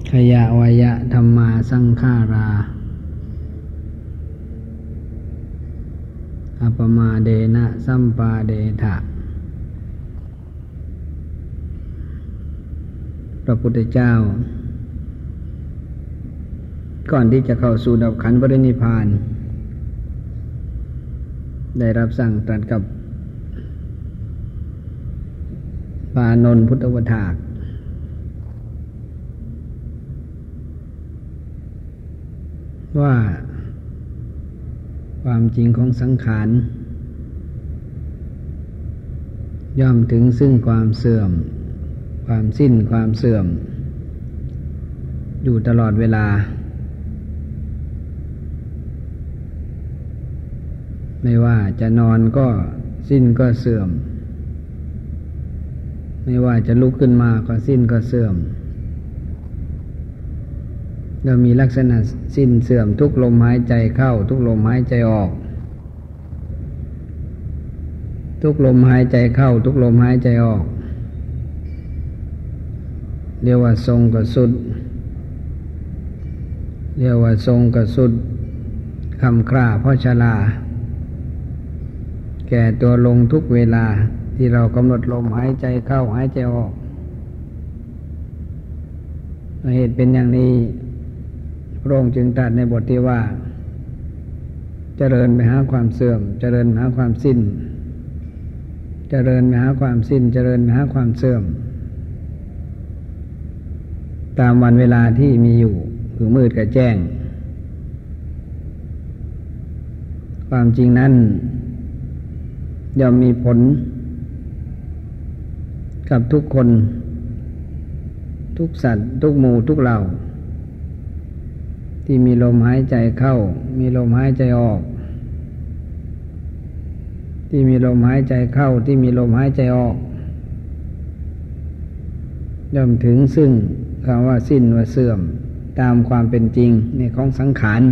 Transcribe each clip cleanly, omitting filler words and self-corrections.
ขยะวยะธัมมาสังขาราอัปปมาเดนะสัมปาเดทะพระพุทธเจ้าก่อนที่จะเข้าสู่ดับขันธ์ปรินิพพานได้รับสั่งตรัสกับปานนท์พุทธวทากว่าความจริงของสังขารย่อมถึงซึ่งความเสื่อมความสิ้นความเสื่อมอยู่ตลอดเวลาไม่ว่าจะนอนก็สิ้นก็เสื่อมไม่ว่าจะลุกขึ้นมาก็สิ้นก็เสื่อมเรามีลักษณะสิ้นเสื่อมทุกลมหายใจเข้าทุกลมหายใจออกทุกลมหายใจเข้าทุกลมหายใจออกเรียกว่าทรงกับสุดเรียกว่าทรงกับสุดคำคร่าเพราะชราแก่ตัวลงทุกเวลาที่เรากำหนดลมหายใจเข้าหายใจออกเหตุเป็นอย่างนี้พระองค์จึงตรัสในบทที่ว่าเจริญไปหาความเสื่อมเจริญไปหาความสิ้นเจริญไปหาความสิ้นเจริญไปหาความเสื่อมตามวันเวลาที่มีอยู่คือมืดกับแจ้งความจริงนั้นย่อมมีผลกับทุกคนทุกสัตว์ทุกหมู่ทุกเหล่าที่มีลมหายใจเข้ามีลมหายใจออกที่มีลมหายใจเข้าที่มีลมหายใจออกย่อมถึงซึ่งคำว่าสิ้นว่าเสื่อมตามความเป็นจริงในของสังขาร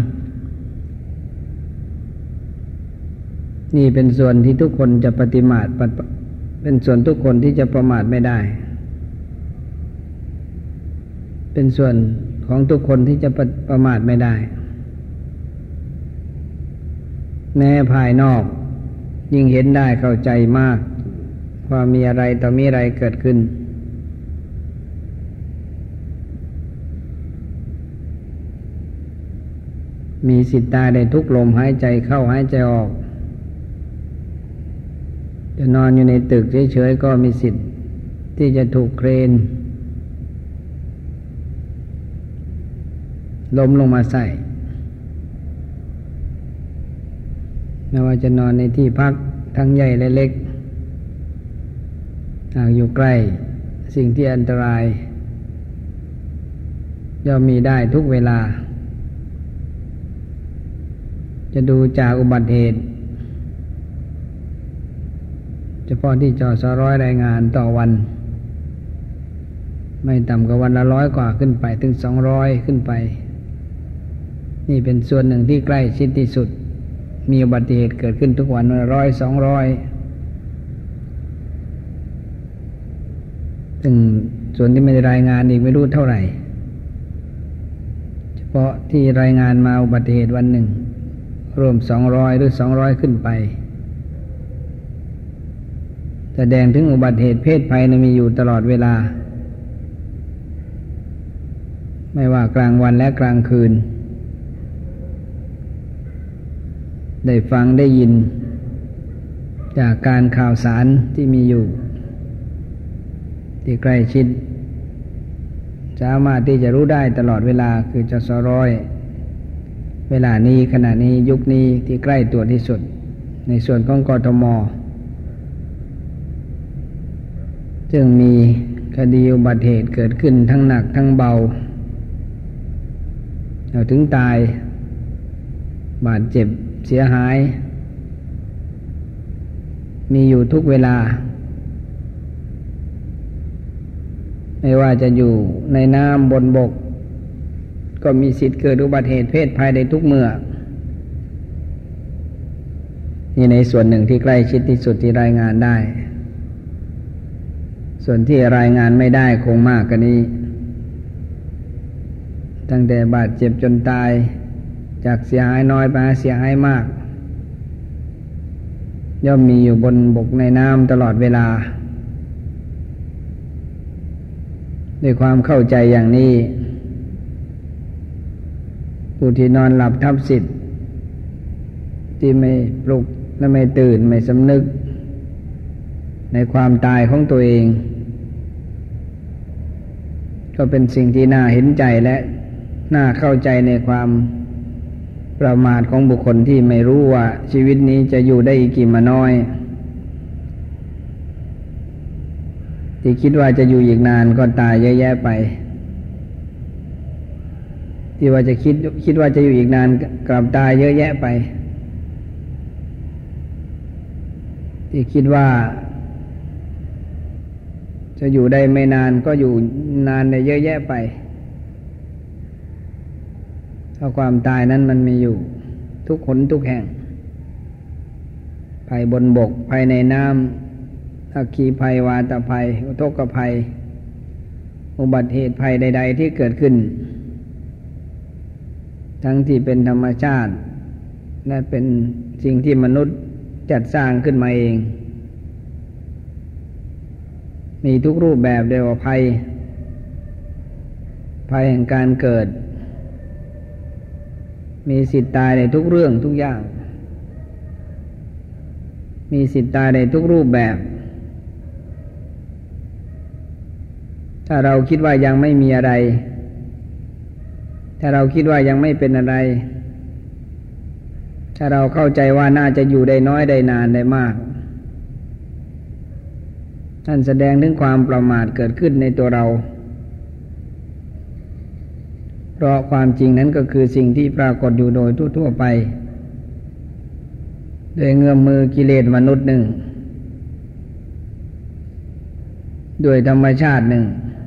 นี่เป็นส่วนที่ทุกคนจะปฏิมาทเป็นส่วนทุกคนที่จะประมาทไม่ได้เป็นส่วนของทุกคนที่จะประมาทไม่ได้แม้ภายนอกยิ่งเห็นได้เข้าใจมากว่ามีอะไรต่อมีอะไรเกิดขึ้นมีสิทธิ์ตายได้ทุกลมหายใจเข้าหายใจออกจะนอนอยู่ในตึกเฉยๆก็มีสิทธิ์ที่จะถูกเครนล้มลงมาใส่ไม่ว่าจะนอนในที่พักทั้งใหญ่และเล็กหากอยู่ใกล้สิ่งที่อันตรายย่อมมีได้ทุกเวลาจะดูจากอุบัติเหตุเฉพาะที่จสร้อยรายงานต่อวันไม่ต่ำกว่าวันละ100กว่าขึ้นไปถึง200ขึ้นไปนี่เป็นส่วนหนึ่งที่ใกล้ชิดที่สุดมีอุบัติเหตุเกิดขึ้นทุกวันวันละ100 200ซึ่งส่วนที่ไม่ได้รายงานอีกไม่รู้เท่าไหร่เฉพาะที่รายงานมาอุบัติเหตุวันหนึ่งรวม200หรือ200ขึ้นไปแสดงถึงอุบัติเหตุเพศภัยมีอยู่ตลอดเวลาไม่ว่ากลางวันและกลางคืนได้ฟังได้ยินจากการข่าวสารที่มีอยู่ที่ใกล้ชิดสามารถที่จะรู้ได้ตลอดเวลาคือจสร้อยเวลานี้ขณะนี้ยุคนี้ที่ใกล้ตัวที่สุดในส่วนของกทมจึงมีคดีอุบัติเหตุเกิดขึ้นทั้งหนักทั้งเบาเอาถึงตายบาดเจ็บเสียหายมีอยู่ทุกเวลาไม่ว่าจะอยู่ในน้ำบนบกก็มีสิทธิ์เกิดอุบัติเหตุเพศภัยในทุกเมื่อนี่ในส่วนหนึ่งที่ใกล้ชิดที่สุดที่รายงานได้ส่วนที่รายงานไม่ได้คงมากกว่านี้ตั้งแต่บาดเจ็บจนตายจากเสียหายน้อยไปเสียหายมากย่อมมีอยู่บนบกในน้ำตลอดเวลาด้วยความเข้าใจอย่างนี้ผู้ที่นอนหลับทับสิทธิ์ที่ไม่ปลุกและไม่ตื่นไม่สำนึกในความตายของตัวเองก็เป็นสิ่งที่น่าเห็นใจและน่าเข้าใจในความประมาทของบุคคลที่ไม่รู้ว่าชีวิตนี้จะอยู่ได้อีกกี่มาน้อยที่คิดว่าจะอยู่อีกนานก็ตายเยอะแยะไปที่ว่าจะคิดว่าจะอยู่อีกนานกลับตายเยอะแยะไปที่คิดว่าจะอยู่ได้ไม่นานก็อยู่นานได้เยอะแยะไปเพราะความตายนั้นมันมีอยู่ทุกหนทุกแห่งภัยบนบกภัยในน้ำอัคคีภัยวาตภัยอุทกภัยอุบัติเหตุภัยใดๆที่เกิดขึ้นทั้งที่เป็นธรรมชาติและเป็นสิ่งที่มนุษย์จัดสร้างขึ้นมาเองมีทุกรูปแบบเรียกว่าภัยแห่งการเกิดมีสิทธิ์ตายในทุกเรื่องทุกอย่างมีสิทธิ์ตายในทุกรูปแบบถ้าเราคิดว่ายังไม่มีอะไรถ้าเราคิดว่ายังไม่เป็นอะไรถ้าเราเข้าใจว่าน่าจะอยู่ได้น้อยได้นานได้มากนั่นแสดงถึงความประมาทเกิดขึ้นในตัวเราเพราะความจริงนั้นก็คือสิ่งที่ปรากฏอยู่โดยทั่วๆไปโดยเงื้อมมือกิเลสมนุษย์หนึ่งด้วยธรรมชาติหนึ่ง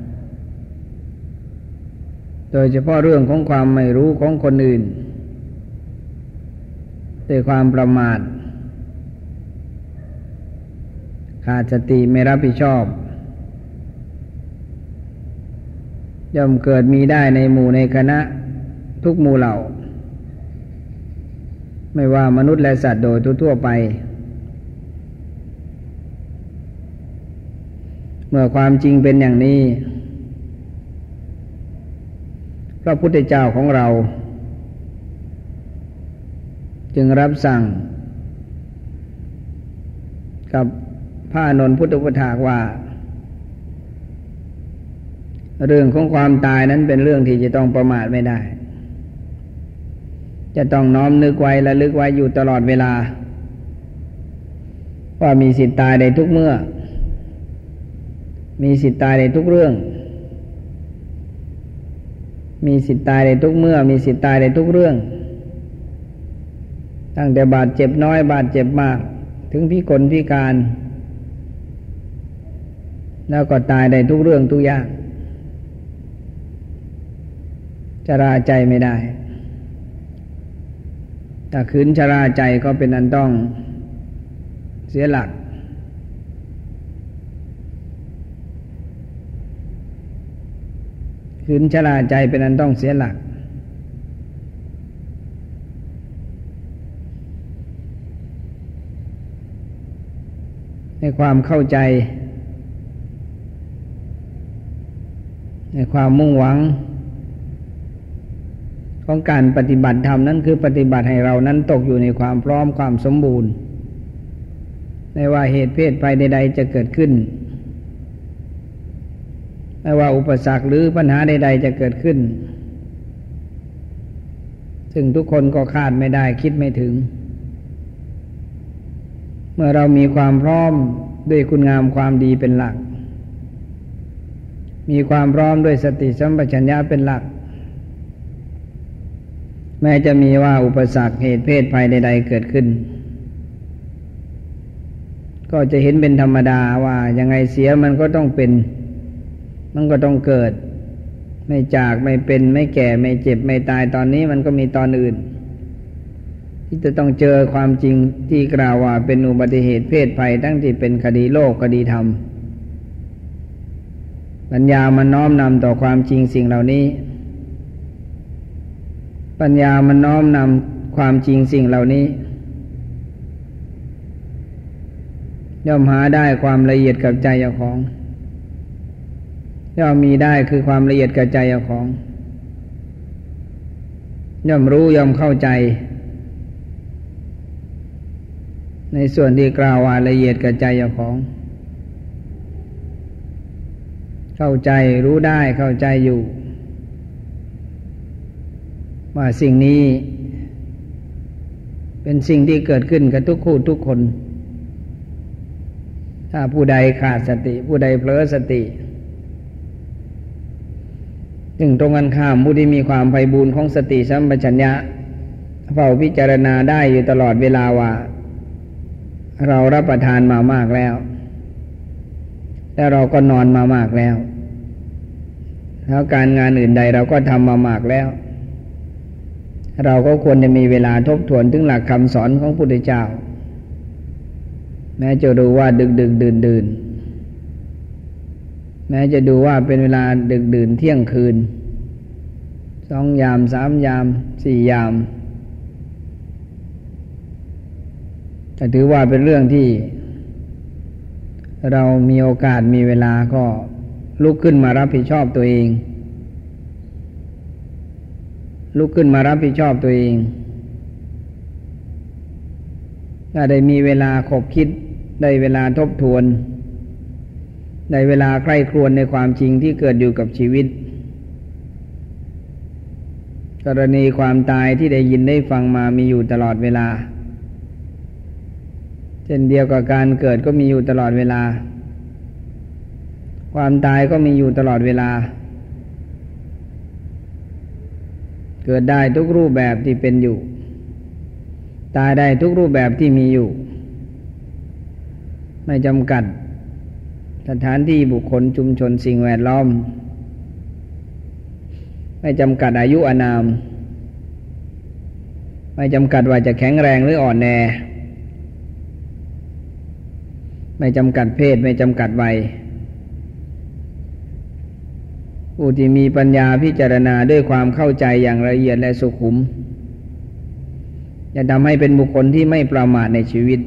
โดยเฉพาะเรื่องของความไม่รู้ของคนอื่นด้วยความประมาทขาดสติไม่รับผิดชอบย่อมเกิดมีได้ในหมู่ในคณะทุกหมู่เหล่าไม่ว่ามนุษย์และสัตว์โดยทั่วๆไปเมื่อความจริงเป็นอย่างนี้พระพุทธเจ้าของเราจึงรับสั่งกับพระอานนท์พุทธอุปถากว่าเรื่องของความตายนั้นเป็นเรื่องที่จะต้องประมาทไม่ได้จะต้องน้อมนึกไว้และลึกไว้อยู่ตลอดเวลาว่ามีสิทธิ์ตายในทุกเมื่อมีสิทธิ์ตายในทุกเรื่องมีสิทธิ์ตายในทุกเมื่อมีสิทธิ์ตายในทุกเรื่องตั้งแต่บาดเจ็บน้อยบาดเจ็บมากถึงพิกลพิการแล้วก็ตายได้ทุกเรื่องทุกอย่างชราใจไม่ได้ถ้าขืนชราใจก็เป็นอันต้องเสียหลักขืนชราใจเป็นอันต้องเสียหลักในความเข้าใจในความมุ่งหวังของการปฏิบัติธรรมนั้นคือปฏิบัติให้เรานั้นตกอยู่ในความพร้อมความสมบูรณ์ไม่ว่าเหตุเพศภัยใดๆจะเกิดขึ้นไม่ว่าอุปสรรคหรือปัญหาใดๆจะเกิดขึ้นซึ่งทุกคนก็คาดไม่ได้คิดไม่ถึงเมื่อเรามีความพร้อมด้วยคุณงามความดีเป็นหลักมีความพร้อมด้วยสติสัมปชัญญะเป็นหลักแม้จะมีว่าอุปสรรคเหตุเพศภัยใดๆเกิดขึ้นก็จะเห็นเป็นธรรมดาว่ายังไงเสียมันก็ต้องเป็นมันก็ต้องเกิดไม่จากไม่เป็นไม่แก่ไม่เจ็บไม่ตายตอนนี้มันก็มีตอนอื่นที่จะต้องเจอความจริงที่กล่าวว่าเป็นอุบัติเหตุเพศภัยทั้งที่เป็นคดีโลกคดีธรรมปัญญามันน้อมนำต่อความจริงสิ่งเหล่านี้ปัญญามันน้อมนำความจริงสิ่งเหล่านี้ย่อมหาได้ความละเอียดกับใจเจ้าของย่อมมีได้คือความละเอียดกับใจเจ้าของย่อมรู้ย่อมเข้าใจในส่วนที่กล่าวว่าละเอียดกับใจเจ้าของเข้าใจรู้ได้เข้าใจอยู่ว่าสิ่งนี้เป็นสิ่งที่เกิดขึ้นกับทุกคู่ทุกคนถ้าผู้ใดขาดสติผู้ใดเผลอสติซึ่งตรงกันข้ามผู้ที่มีความไพบูลย์ของสติสัมปชัญญะเฝ้าพิจารณาได้อยู่ตลอดเวลาว่าเรารับประทานมามากแล้วแต่เราก็นอนมามากแล้วแล้วการงานอื่นใดเราก็ทำมามากแล้วเราก็ควรจะมีเวลาทบทวนถึงหลักคำสอนของพระพุทธเจ้าแม้จะดูว่าดึกดื่นแม้จะดูว่าเป็นเวลาดึกดื่นเที่ยงคืน2 ยาม3 ยาม4 ยามแต่ถือว่าเป็นเรื่องที่เรามีโอกาสมีเวลาก็ลุกขึ้นมารับผิดชอบตัวเองลุกขึ้นมารับผิดชอบตัวเองถ้าได้มีเวลาคบคิดได้เวลาทบทวนได้เวลาใคร่ครวญในความจริงที่เกิดอยู่กับชีวิตกรณีความตายที่ได้ยินได้ฟังมามีอยู่ตลอดเวลาเช่นเดียวกับการเกิดก็มีอยู่ตลอดเวลาความตายก็มีอยู่ตลอดเวลาเกิดได้ทุกรูปแบบที่เป็นอยู่ตายได้ทุกรูปแบบที่มีอยู่ไม่จำกัดสถานที่บุคคลชุมชนสิ่งแวดล้อมไม่จำกัดอายุอานามไม่จำกัดว่าจะแข็งแรงหรืออ่อนแอไม่จำกัดเพศไม่จำกัดวัยผู้ที่มีปัญญาพิจารณาด้วยความเข้าใจอย่างละเอียดและสุขุมจะทำให้เป็นบุคคลที่ไม่ประมาทในชีวิต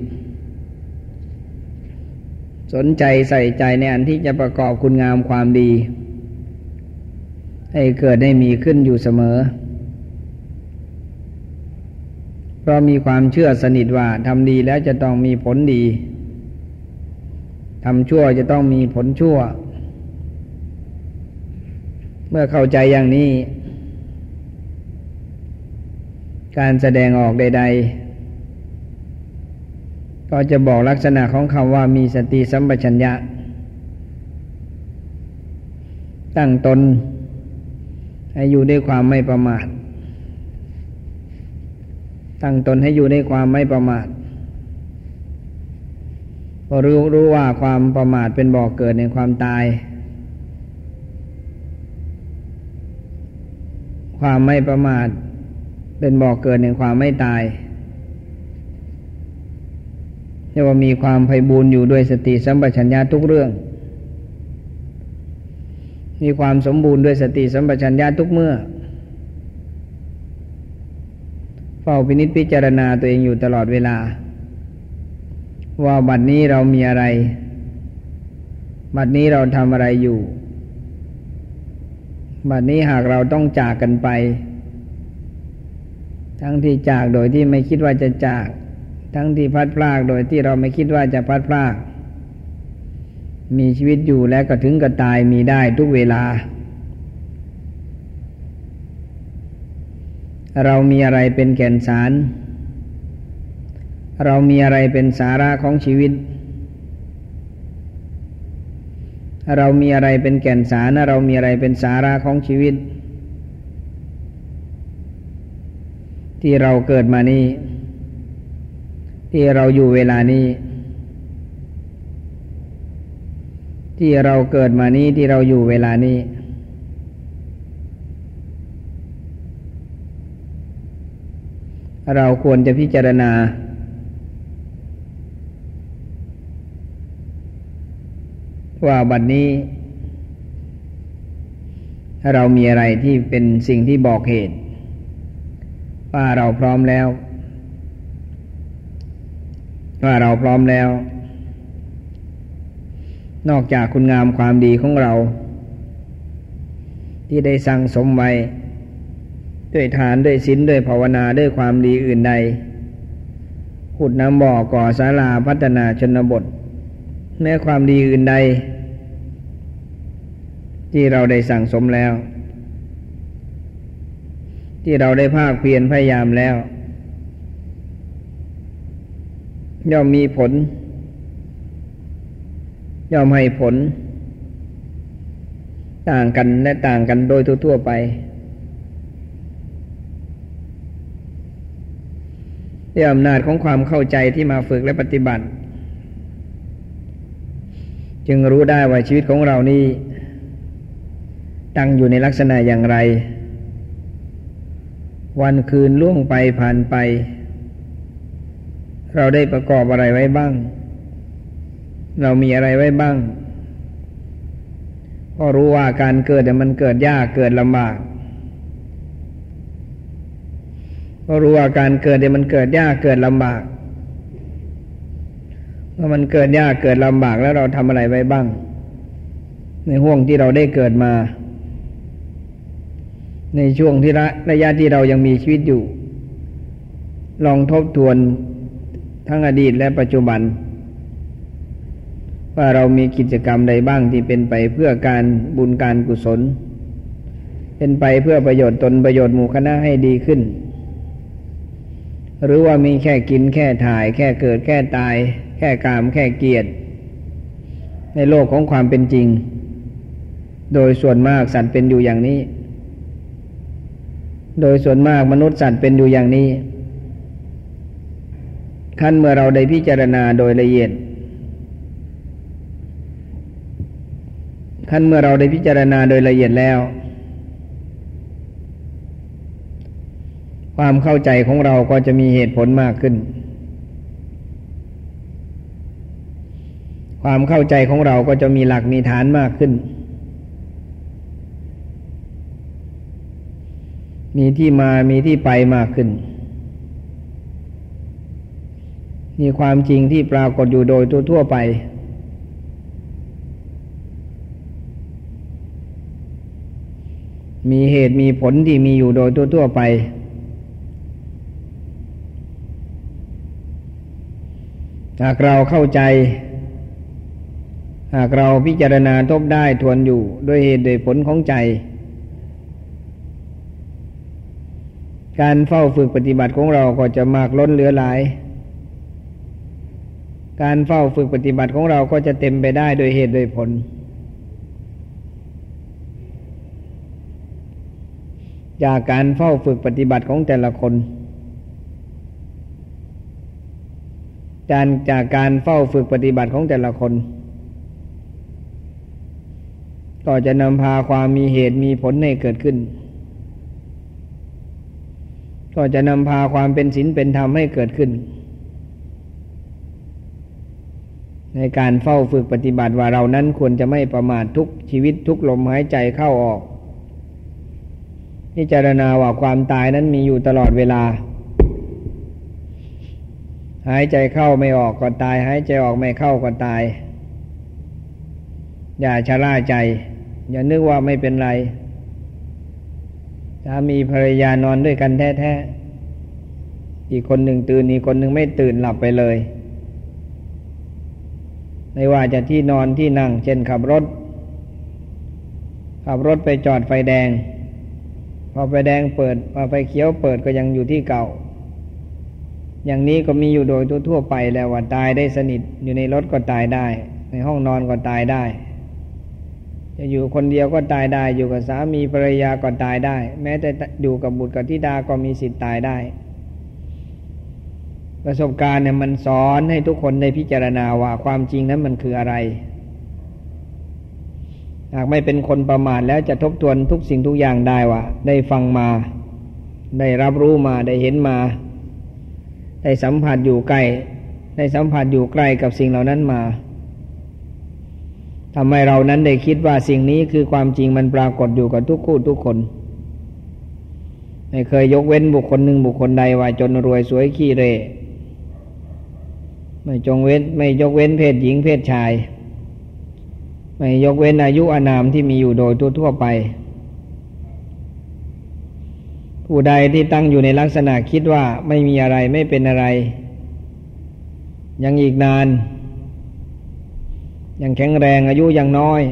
สนใจใส่ใจในอันที่จะประกอบคุณงามความดีให้เกิดให้มีขึ้นอยู่เสมอเพราะมีความเชื่อสนิทว่าทำดีแล้วจะต้องมีผลดีทำชั่วจะต้องมีผลชั่วเมื่อเข้าใจอย่างนี้การแสดงออกใดๆก็จะบอกลักษณะของคำว่ามีสติสัมปชัญญะตั้งตนให้อยู่ด้วยความไม่ประมาทตั้งตนให้อยู่ในความไม่ประมาทพอรู้ว่าความประมาทเป็นบ่อเกิดในความตายความไม่ประมาทเป็นบ่อเกิดในความไม่ตายเรียกว่ามีความไพบูลย์อยู่ด้วยสติสัมปชัญญะทุกเรื่องมีความสมบูรณ์ด้วยสติสัมปชัญญะทุกเมื่อเฝ้าพินิจพิจารณาตัวเองอยู่ตลอดเวลาว่าบัดนี้เรามีอะไรบัดนี้เราทำอะไรอยู่บัดนี้หากเราต้องจากกันไปทั้งที่จากโดยที่ไม่คิดว่าจะจากทั้งที่พลัดพรากโดยที่เราไม่คิดว่าจะพลัดพรากมีชีวิตอยู่และก็ถึงกับตายมีได้ทุกเวลาเรามีอะไรเป็นแก่นสารเรามีอะไรเป็นสาระของชีวิตเรามีอะไรเป็นแก่นสารเรามีอะไรเป็นสาระของชีวิตที่เราเกิดมานี้ที่เราอยู่เวลานี้ที่เราเกิดมานี้ที่เราอยู่เวลานี้เราควรจะพิจารณาว่าบัดนี้เรามีอะไรที่เป็นสิ่งที่บอกเหตุว่าเราพร้อมแล้วนอกจากคุณงามความดีของเราที่ได้สั่งสมไว้ด้วยทานด้วยศีลด้วยภาวนาด้วยความดีอื่นใดขุดน้ำบ่อก่อศาลาพัฒนาชนบทแม้ความดีอื่นใดที่เราได้สั่งสมแล้วที่เราได้ภาคเพียรพยายามแล้วย่อมมีผลย่อมให้ผลต่างกันและต่างกันโดยทั่วๆไปด้วยอำนาจของความเข้าใจที่มาฝึกและปฏิบัติจึงรู้ได้ว่าชีวิตของเรานี้ตั้งอยู่ในลักษณะอย่างไรวันคืนล่วงไปผ่านไปเราได้ประกอบอะไรไว้บ้างเรามีอะไรไว้บ้างก็รู้ว่าการเกิดมันเกิดยากเกิดลำบากก็รู้ว่าการเกิดมันเกิดยากเกิดลำบากเมื่อมันเกิดยากเกิดลำบากแล้วเราทำอะไรไว้บ้างในห่วงที่เราได้เกิดมาในช่วงที่ระยะที่เรายังมีชีวิตอยู่ลองทบทวนทั้งอดีตและปัจจุบันว่าเรามีกิจกรรมใดบ้างที่เป็นไปเพื่อการบุญการกุศลเป็นไปเพื่อประโยชน์ตนประโยชน์หมู่คณะให้ดีขึ้นหรือว่ามีแค่กินแค่ถ่ายแค่เกิดแค่ตายแค่กามแค่เกียรติในโลกของความเป็นจริงโดยส่วนมากสัตว์เป็นอยู่อย่างนี้โดยส่วนมากมนุษย์สัตว์เป็นอยู่อย่างนี้ขั้นเมื่อเราได้พิจารณาโดยละเอียดแล้วความเข้าใจของเราก็จะมีเหตุผลมากขึ้นความเข้าใจของเราก็จะมีหลักมีฐานมากขึ้นมีที่มามีที่ไปมากขึ้นมีความจริงที่ปรากฏอยู่โดยทั่วไปมีเหตุมีผลที่มีอยู่โดยทั่วไปหากเราเข้าใจหากเราพิจารณาทบได้ทวนอยู่ด้วยเหตุด้วยผลของใจการเฝ้าฝึกปฏิบัติของเราก็จะมากล้นเหลือหลายการเฝ้าฝึกปฏิบัติของเราก็จะเต็มไปได้โดยเหตุโดยผลจากการเฝ้าฝึกปฏิบัติของแต่ละคนจากการเฝ้าฝึกปฏิบัติของแต่ละคนก็จะนำพาความมีเหตุมีผลให้เกิดขึ้นก็จะนำพาความเป็นศีลเป็นธรรมให้เกิดขึ้นในการเฝ้าฝึกปฏิบัติว่าเรานั้นควรจะไม่ประมาททุกชีวิตทุกลมหายใจเข้าออกพิจารณาว่าความตายนั้นมีอยู่ตลอดเวลาหายใจเข้าไม่ออกก็ตายหายใจออกไม่เข้าก็ตายอย่าชะล่าใจอย่านึกว่าไม่เป็นไรสามีภรรยานอนด้วยกันแท้ๆอีกคนหนึ่งตื่นอีกคนหนึ่งไม่ตื่นหลับไปเลยไม่ว่าจะที่นอนที่นั่งเช่นขับรถไปจอดไฟแดงพอไฟแดงเปิดพอไฟเขียวเปิดก็ยังอยู่ที่เก่าอย่างนี้ก็มีอยู่โดยทั่วไปแล้วว่าตายได้สนิทอยู่ในรถก็ตายได้ในห้องนอนก็ตายได้จะอยู่คนเดียวก็ตายได้อยู่กับสามีภรรยาก็ตายได้แม้แต่อยู่กับบุตรกับธิดาก็มีสิทธิ์ตายได้ประสบการณ์เนี่ยมันสอนให้ทุกคนได้พิจารณาว่าความจริงนั้นมันคืออะไรหากไม่เป็นคนประมาทแล้วจะทบทวนทุกสิ่งทุกอย่างได้ว่าได้ฟังมาได้รับรู้มาได้เห็นมาได้สัมผัสอยู่ใกล้ได้สัมผัสอยู่ใกล้กับสิ่งเหล่านั้นมาทำให้เรานั้นได้คิดว่าสิ่งนี้คือความจริงมันปรากฏอยู่กับทุกคู่ทุกคนไม่เคยยกเว้นบุคคลหนึ่งบุคคลใดว่าจนรวยสวยขี้เร่ไม่ยกเว้นเพศหญิงเพศชายไม่ยกเว้นอายุอานามที่มีอยู่โดยทั่วไปผู้ใดที่ตั้งอยู่ในลักษณะคิดว่าไม่มีอะไรไม่เป็นอะไรยังอีกนานยังแข็งแรงอายุยังน้อย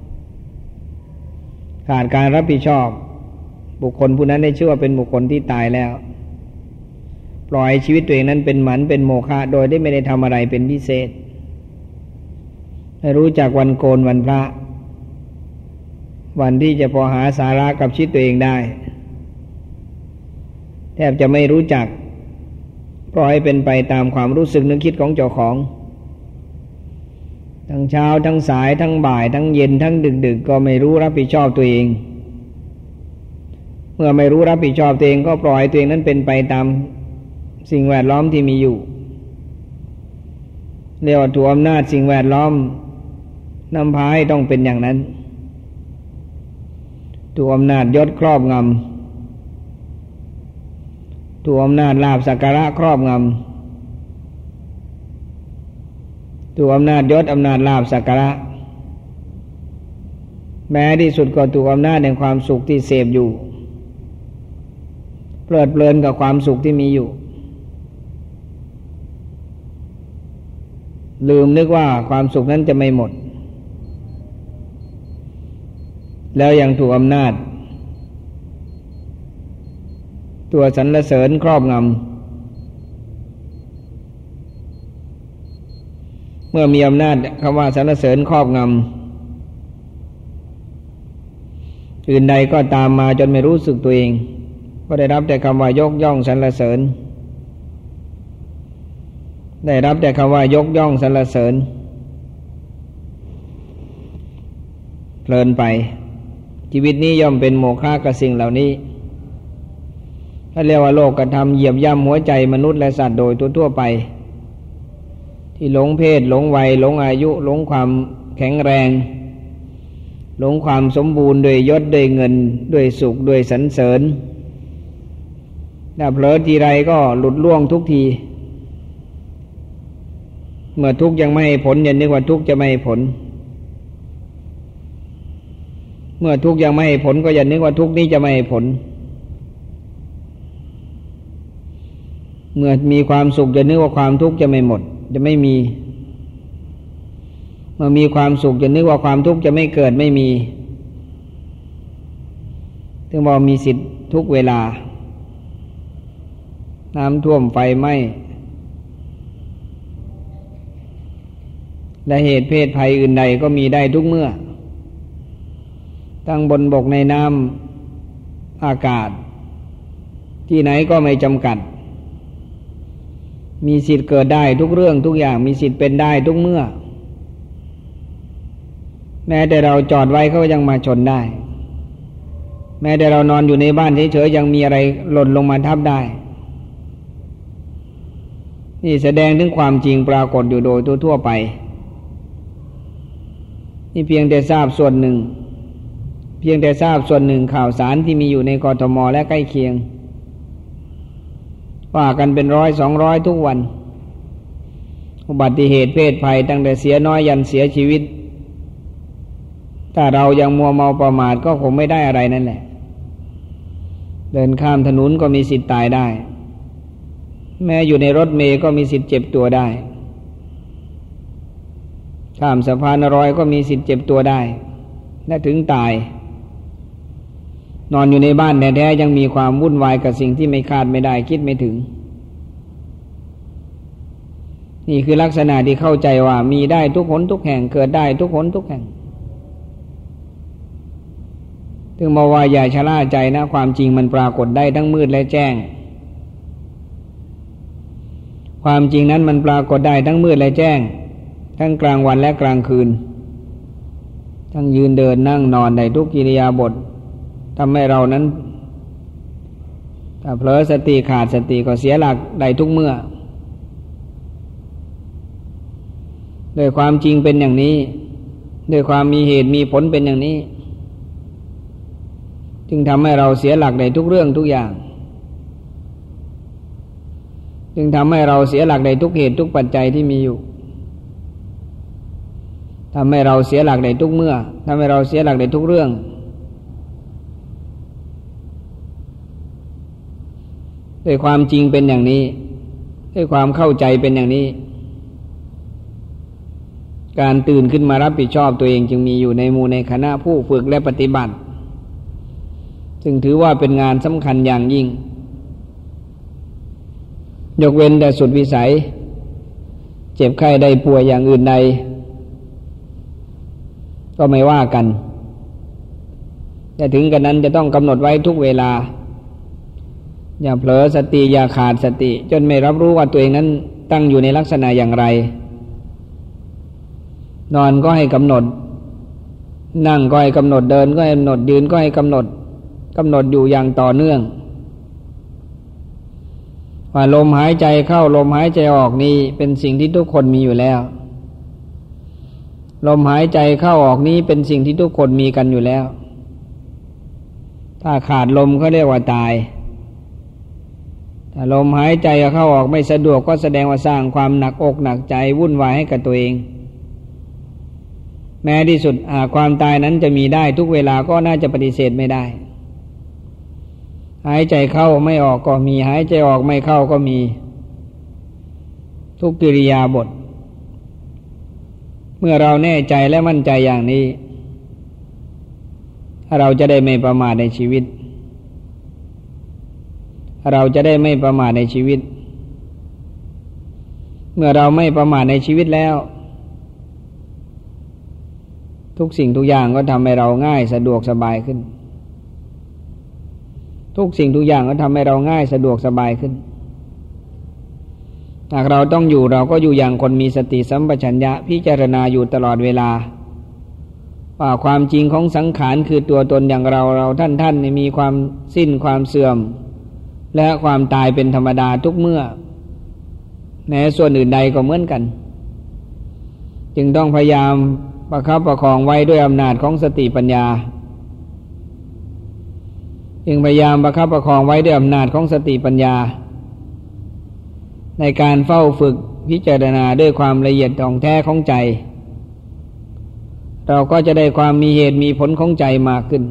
ขาดการรับผิดชอบบุคคลผู้นั้นได้ชื่อว่าเป็นบุคคลที่ตายแล้วปล่อยชีวิตตัวเองนั้นเป็นหมันเป็นโมฆะโดยที่ไม่ได้ทำอะไรเป็นพิเศษให้รู้จักวันโกนวันพระวันที่จะพอหาสาระกับชีวิตตัวเองได้แทบจะไม่รู้จักปล่อยเป็นไปตามความรู้สึกนึกคิดของเจ้าของทั้งเช้าทั้งสายทั้งบ่ายทั้งเย็นทั้งดึกก็ไม่รู้รับผิดชอบตัวเองเมื่อไม่รู้รับผิดชอบตัวเองก็ปล่อยตัวเองนั้นเป็นไปตามสิ่งแวดล้อมที่มีอยู่เรียกว่าถูกอำนาจสิ่งแวดล้อมนำพาให้ต้องเป็นอย่างนั้นถูกอำนาจยศครอบงำถูกอำนาจลาภสักการะครอบงำถูกอำนาจยศอำนาจลาภสักการะแม้ที่สุดก็ถูกอำนาจแห่งความสุขที่เสพอยู่เพลิดเพลินกับความสุขที่มีอยู่ลืมนึกว่าความสุขนั้นจะไม่หมดแล้วยังถูกอำนาจตัวสรรเสริญครอบงำเมื่อมีอำนาจคำว่าสรรเสริญครอบงำอื่นใดก็ตามมาจนไม่รู้สึกตัวเองก็ได้รับแต่คำว่ายกย่องสรรเสริญได้รับแต่คำว่ายกย่องสรรเสริญเพลินไปชีวิตนี้ย่อมเป็นโมฆะกับสิ่งเหล่านี้ถ้าเรียกว่าโลกกระทำเหยียบย่ำหัวใจมนุษย์และสัตว์โดยทั่วไปที่หลงเพศหลงวัยหลงอายุหลงความแข็งแรงหลงความสมบูรณ์ด้วยยศด้วยเงินด้วยสุขด้วยสรรเสริญถ้าเผลอทีไรก็หลุดล่วงทุกทีเมื่อทุกข์ยังไม่ให้ผลอย่านึกว่าทุกข์จะไม่ให้ผลเมื่อทุกข์ยังไม่ให้ผลก็อย่านึกว่าทุกข์นี้จะไม่ให้ผลเมื่อมีความสุขอย่านึกว่าความทุกข์จะไม่หมดจะไม่มีเมื่อมีความสุขอย่านึกว่าความทุกข์จะไม่เกิดไม่มีถึงบอกมีสิทธิ์ทุกเวลาน้ำท่วมไฟไหม้และเหตุเพศภัยอื่นใดก็มีได้ทุกเมื่อทั้งบนบกในน้ำอากาศที่ไหนก็ไม่จำกัดมีสิทธิ์เกิดได้ทุกเรื่องทุกอย่างมีสิทธิ์เป็นได้ทุกเมื่อแม้แต่เราจอดไว้เขายังมาชนได้แม้แต่เรานอนอยู่ในบ้านเฉยๆยังมีอะไรหล่นลงมาทับได้นี่แสดงถึงความจริงปรากฏอยู่โดยทั่วไปนี่เพียงแต่ทราบส่วนหนึ่งข่าวสารที่มีอยู่ในกทมและใกล้เคียงว่ากันเป็น100 200ทุกวันอุบัติเหตุเพศภัยตั้งแต่เสียน้อยยันเสียชีวิตถ้าเรายังมัวเมาประมาทก็คงไม่ได้อะไรนั่นแหละเดินข้ามถนนก็มีสิทธิ์ตายได้แม้อยู่ในรถเมล์ก็มีสิทธิ์เจ็บตัวได้ข้ามสะพานลอยก็มีสิทธิ์เจ็บตัวได้และถึงตายนอนอยู่ในบ้านแท้ๆยังมีความวุ่นวายกับสิ่งที่ไม่คาดไม่ได้คิดไม่ถึงนี่คือลักษณะที่เข้าใจว่ามีได้ทุกหนทุกแห่งเกิดได้ทุกหนทุกแห่งถึงมาว่าอย่าชะล่าใจนะความจริงมันปรากฏได้ทั้งมืดและแจ้งความจริงนั้นมันปรากฏได้ทั้งมืดและแจ้งทั้งกลางวันและกลางคืนทั้งยืนเดินนั่งนอนได้ทุกกิริยาบถทำให้เรานั้นถ้าเผลอสติขาดสติก็เสียหลักได้ทุกเมื่อด้วยความจริงเป็นอย่างนี้ด้วยความมีเหตุมีผลเป็นอย่างนี้จึงทำให้เราเสียหลักในทุกเรื่องทุกอย่างจึงทำให้เราเสียหลักในทุกเหตุทุกปัจจัยที่มีอยู่ทำให้เราเสียหลักในทุกเมื่อทำให้เราเสียหลักในทุกเรื่องด้วยความจริงเป็นอย่างนี้ด้วยความเข้าใจเป็นอย่างนี้การตื่นขึ้นมารับผิดชอบตัวเองจึงมีอยู่ในหมู่ในคณะผู้ฝึกและปฏิบัติซึ่งถือว่าเป็นงานสำคัญอย่างยิ่งยกเว้นแต่สุดวิสัยเจ็บไข้ได้ป่วยอย่างอื่นใดก็ไม่ว่ากันแต่ถึงกันนั้นจะต้องกำหนดไว้ทุกเวลาอย่าเผลอสติอย่าขาดสติจนไม่รับรู้ว่าตัวเองนั้นตั้งอยู่ในลักษณะอย่างไรนอนก็ให้กำหนดนั่งก็ให้กำหนดเดินก็ให้กำหนดยืนก็ให้กำหนดอยู่อย่างต่อเนื่องว่าลมหายใจเข้าลมหายใจออกนี้เป็นสิ่งที่ทุกคนมีอยู่แล้วลมหายใจเข้าออกนี้เป็นสิ่งที่ทุกคนมีกันอยู่แล้วถ้าขาดลมก็เรียกว่าตายถ้าลมหายใจเข้าออกไม่สะดวกก็แสดงว่าสร้างความหนักอกหนักใจวุ่นวายให้กับตัวเองแม้ที่สุดความตายนั้นจะมีได้ทุกเวลาก็น่าจะปฏิเสธไม่ได้หายใจเข้าไม่ออกก็มีหายใจออกไม่เข้าก็มีทุกกิริยาบถเมื่อเราแน่ใจและมั่นใจอย่างนี้เราจะได้ไม่ประมาทในชีวิตเราจะได้ไม่ประมาทในชีวิตเมื่อเราไม่ประมาทในชีวิตแล้วทุกสิ่งทุกอย่างก็ทำให้เราง่ายสะดวกสบายขึ้นทุกสิ่งทุกอย่างก็ทำให้เราง่ายสะดวกสบายขึ้นหากเราต้องอยู่เราก็อยู่อย่างคนมีสติสัมปชัญญะพิจารณาอยู่ตลอดเวลาว่าความจริงของสังขารคือตัวตนอย่างเราท่านมีความสิ้นความเสื่อมและความตายเป็นธรรมดาทุกเมื่อแม้ส่วนอื่นใดก็เหมือนกันจึงต้องพยายามประคับประคองไว้ด้วยอำนาจของสติปัญญาจึงพยายามประคับประคองไว้ด้วยอำนาจของสติปัญญาในการเฝ้าฝึกพิจารณาด้วยความละเอียดท่องแท้ของใจเราก็จะได้ความมีเหตุมีผลของใจมากขึ้น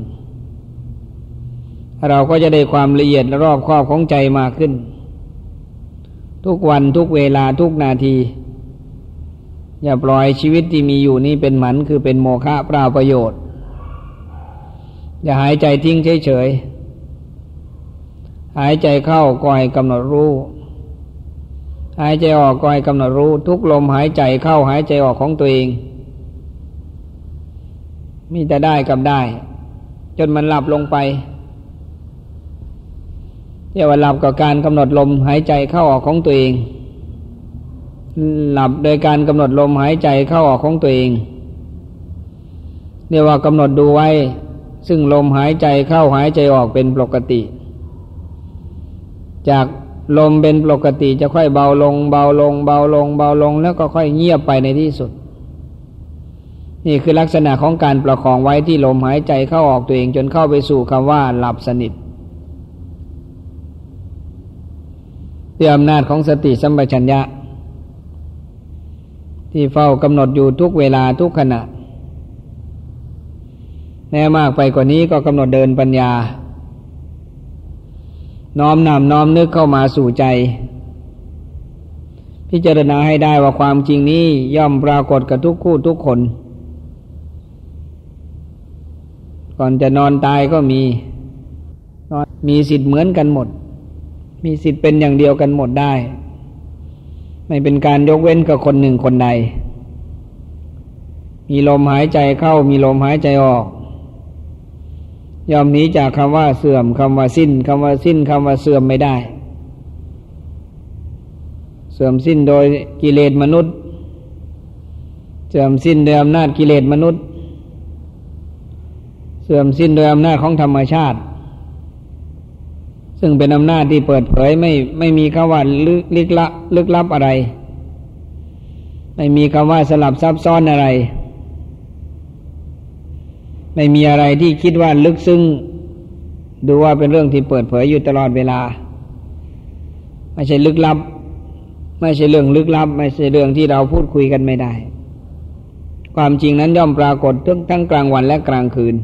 เราก็จะได้ความละเอียดและรอบคอบของใจมากขึ้นทุกวันทุกเวลาทุกนาทีอย่าปล่อยชีวิตที่มีอยู่นี้เป็นหมันคือเป็นโมฆะเปล่าประโยชน์อย่าหายใจทิ้งเฉยๆหายใจเข้าก็ให้กำหนดรู้หายใจออกก็ให้กำหนดรู้ทุกลมหายใจเข้าหายใจออกของตัวเองมีแต่ได้กับได้จนมันหลับลงไปเรียกว่าหลับกับการกำหนดลมหายใจเข้าออกของตัวเองหลับโดยการกำหนดลมหายใจเข้าออกของตัวเองเรียกว่ากำหนดดูไว้ซึ่งลมหายใจเข้าหายใจออกเป็นปกติจากลมเป็นปกติจะค่อยเบาลงเบาลงเบาลงเบาลงแล้วก็ค่อยเงียบไปในที่สุดนี่คือลักษณะของการประคองไว้ที่ลมหายใจเข้าออกตัวเองจนเข้าไปสู่คำว่าหลับสนิทด้วยอำนาจของสติสัมปชัญญะที่เฝ้ากำหนดอยู่ทุกเวลาทุกขณะแม้มากไปกว่านี้ก็กำหนดเดินปัญญาน้อมนำน้อมนึกเข้ามาสู่ใจพิจารณาให้ได้ว่าความจริงนี้ย่อมปรากฏกับทุกคู่ทุกคนก่อนจะนอนตายก็มีสิทธิ์เหมือนกันหมดมีสิทธิ์เป็นอย่างเดียวกันหมดได้ไม่เป็นการยกเว้นกับคนหนึ่งคนใดมีลมหายใจเข้ามีลมหายใจออกย่อมหนีจากคำว่าเสื่อมคำว่าสิ้นคำว่าสิ้นคำว่าเสื่อมไม่ได้เสื่อมสิ้นโดยกิเลสมนุษย์เสื่อมสิ้นโดยอำนาจกิเลสมนุษย์เสื่อมสิ้นโดยอำนาจของธรรมชาติซึ่งเป็นอำนาจที่เปิดเผยไม่มีคำว่าลึกลับอะไรไม่มีคำว่าสลับซับซ้อนอะไรไม่มีอะไรที่คิดว่าลึกซึ้งดูว่าเป็นเรื่องที่เปิดเผยอยู่ตลอดเวลาไม่ใช่ลึกลับไม่ใช่เรื่องลึกลับไม่ใช่เรื่องที่เราพูดคุยกันไม่ได้ความจริงนั้นย่อมปรากฏทั้งกลางวันและกลางคืน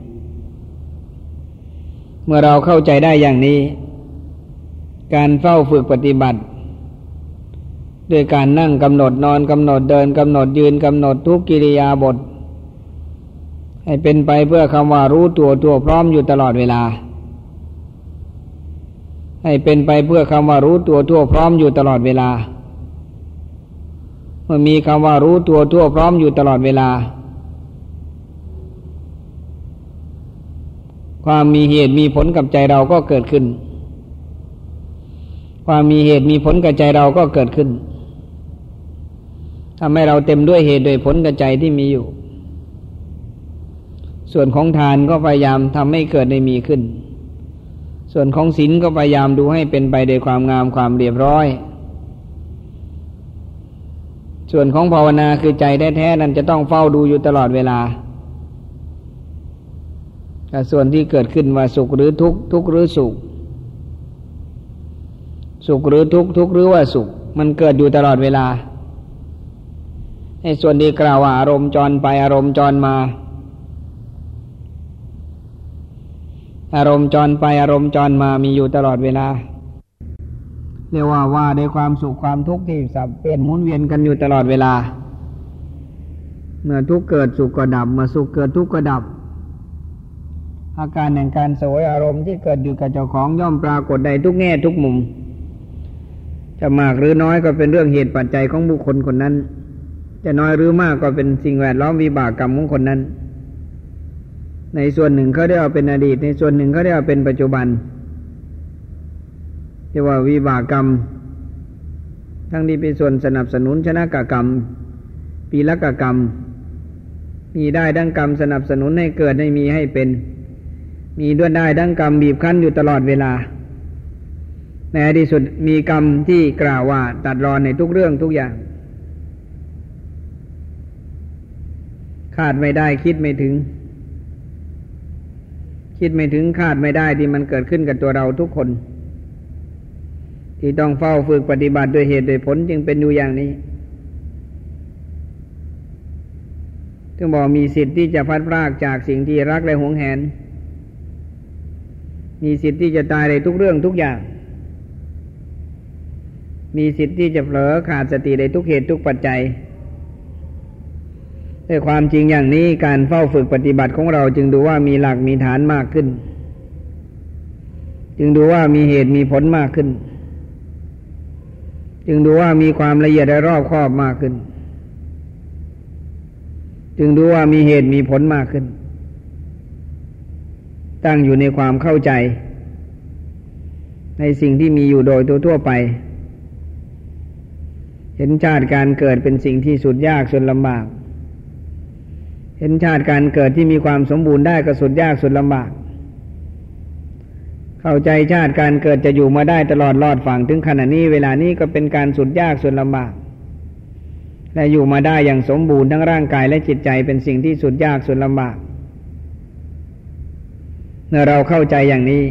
เมื่อเราเข้าใจได้อย่างนี้การเฝ้าฝึกปฏิบัติด้วยการนั่งกำหนดนอนกำหนดเดินกำหนดยืนกำหนดทุกกิริยาบถให้เป็นไปเพื่อคำว่ารู้ตัวพร้อมอยู่ตลอดเวลาให้เป็นไปเพื่อคำว่ารู้ตัวพร้อมอยู่ตลอดเวลาเมื่อมีคำว่ารู้ตัวพร้อมอยู่ตลอดเวลาความมีเหตุมีผลกับใจเราก็เกิดขึ้นความมีเหตุมีผลกับใจเราก็เกิดขึ้นทำให้เราเต็มด้วยเหตุด้วยผลกับใจที่มีอยู่ส่วนของทานก็พยายามทำให้เกิดได้มีขึ้นส่วนของศีลก็พยายามดูให้เป็นไปด้วยความงามความเรียบร้อยส่วนของภาวนาคือใจแท้ๆนั้นจะต้องเฝ้าดูอยู่ตลอดเวลาส่วนที่เกิดขึ้นว่าสุขหรือทุกข์ทุกข์หรือสุขสุขหรือทุกข์ทุกข์หรือว่าสุขมันเกิดอยู่ตลอดเวลาในส่วนที่กล่าวว่าอารมณ์จรไปอารมณ์จรมาอารมณ์จรไปอารมณ์จรมามีอยู่ตลอดเวลาเรียกว่าด้วยความสุขความทุกข์ที่สับเปลี่ยนหมุนเวียนกันอยู่ตลอดเวลาเมื่อทุกข์เกิดสุขก็ดับเมื่อสุขเกิดทุกข์ก็ดับอาการแห่งการเสวยอารมณ์ที่เกิดอยู่กับเจ้าของย่อมปรากฏได้ทุกแง่ทุกมุมจะมากหรือน้อยก็เป็นเรื่องเหตุปัจจัยของบุคคลคนนั้นจะน้อยหรือมากก็เป็นสิ่งแวดล้อมวิบากกรรมของคนนั้นในส่วนหนึ่งเขาได้เอาเป็นอดีตในส่วนหนึ่งเขาได้เอาเป็นปัจจุบันเรียกว่าวิบากกรรมทั้งที่เป็นส่วนสนับสนุนชนะกกรรมปีละกกรรมมีได้ดังกรรมสนับสนุนให้เกิดให้มีให้เป็นมีด้วยได้ดังกรรมบีบคั้นอยู่ตลอดเวลาในที่สุดมีกรรมที่กล่าวว่าตัดรอนในทุกเรื่องทุกอย่างคาดไม่ได้คิดไม่ถึงคาดไม่ได้ที่มันเกิดขึ้นกับตัวเราทุกคนที่ต้องเฝ้าฝึกปฏิบัติด้วยเหตุด้วยผลจึงเป็นอยู่อย่างนี้ถึงบอกมีสิทธิ์ที่จะพลัดพรากจากสิ่งที่รักและหวงแหนมีสิทธิ์ที่จะตายในทุกเรื่องทุกอย่างมีสิทธิ์ที่จะเผลอขาดสติในทุกเหตุทุกปัจจัยด้วยความจริงอย่างนี้การเฝ้าฝึกปฏิบัติของเราจึงดูว่ามีหลักมีฐานมากขึ้นจึงดูว่ามีเหตุมีผลมากขึ้นจึงดูว่ามีความละเอียดและรอบคอบมากขึ้นจึงดูว่ามีเหตุมีผลมากขึ้นตั้งอยู่ในความเข้าใจในสิ่งที่มีอยู่โดยทั่วไปเห็นชาติการเกิดเป็นสิ่งที่สุดยากสุดลำบากเห็นชาติการเกิดที่มีความสมบูรณ์ได้ก็สุดยากสุดลำบากเข้าใจชาติการเกิดจะอยู่มาได้ตลอดรอดฝั่งถึงขณะนี้เวลานี้ก็เป็นการสุดยากสุดลำบากและอยู่มาได้อย่างสมบูรณ์ทั้งร่างกายและจิตใจเป็นสิ่งที่สุดยากสุดลำบากเมื่อเราเข้าใจอย่างนี้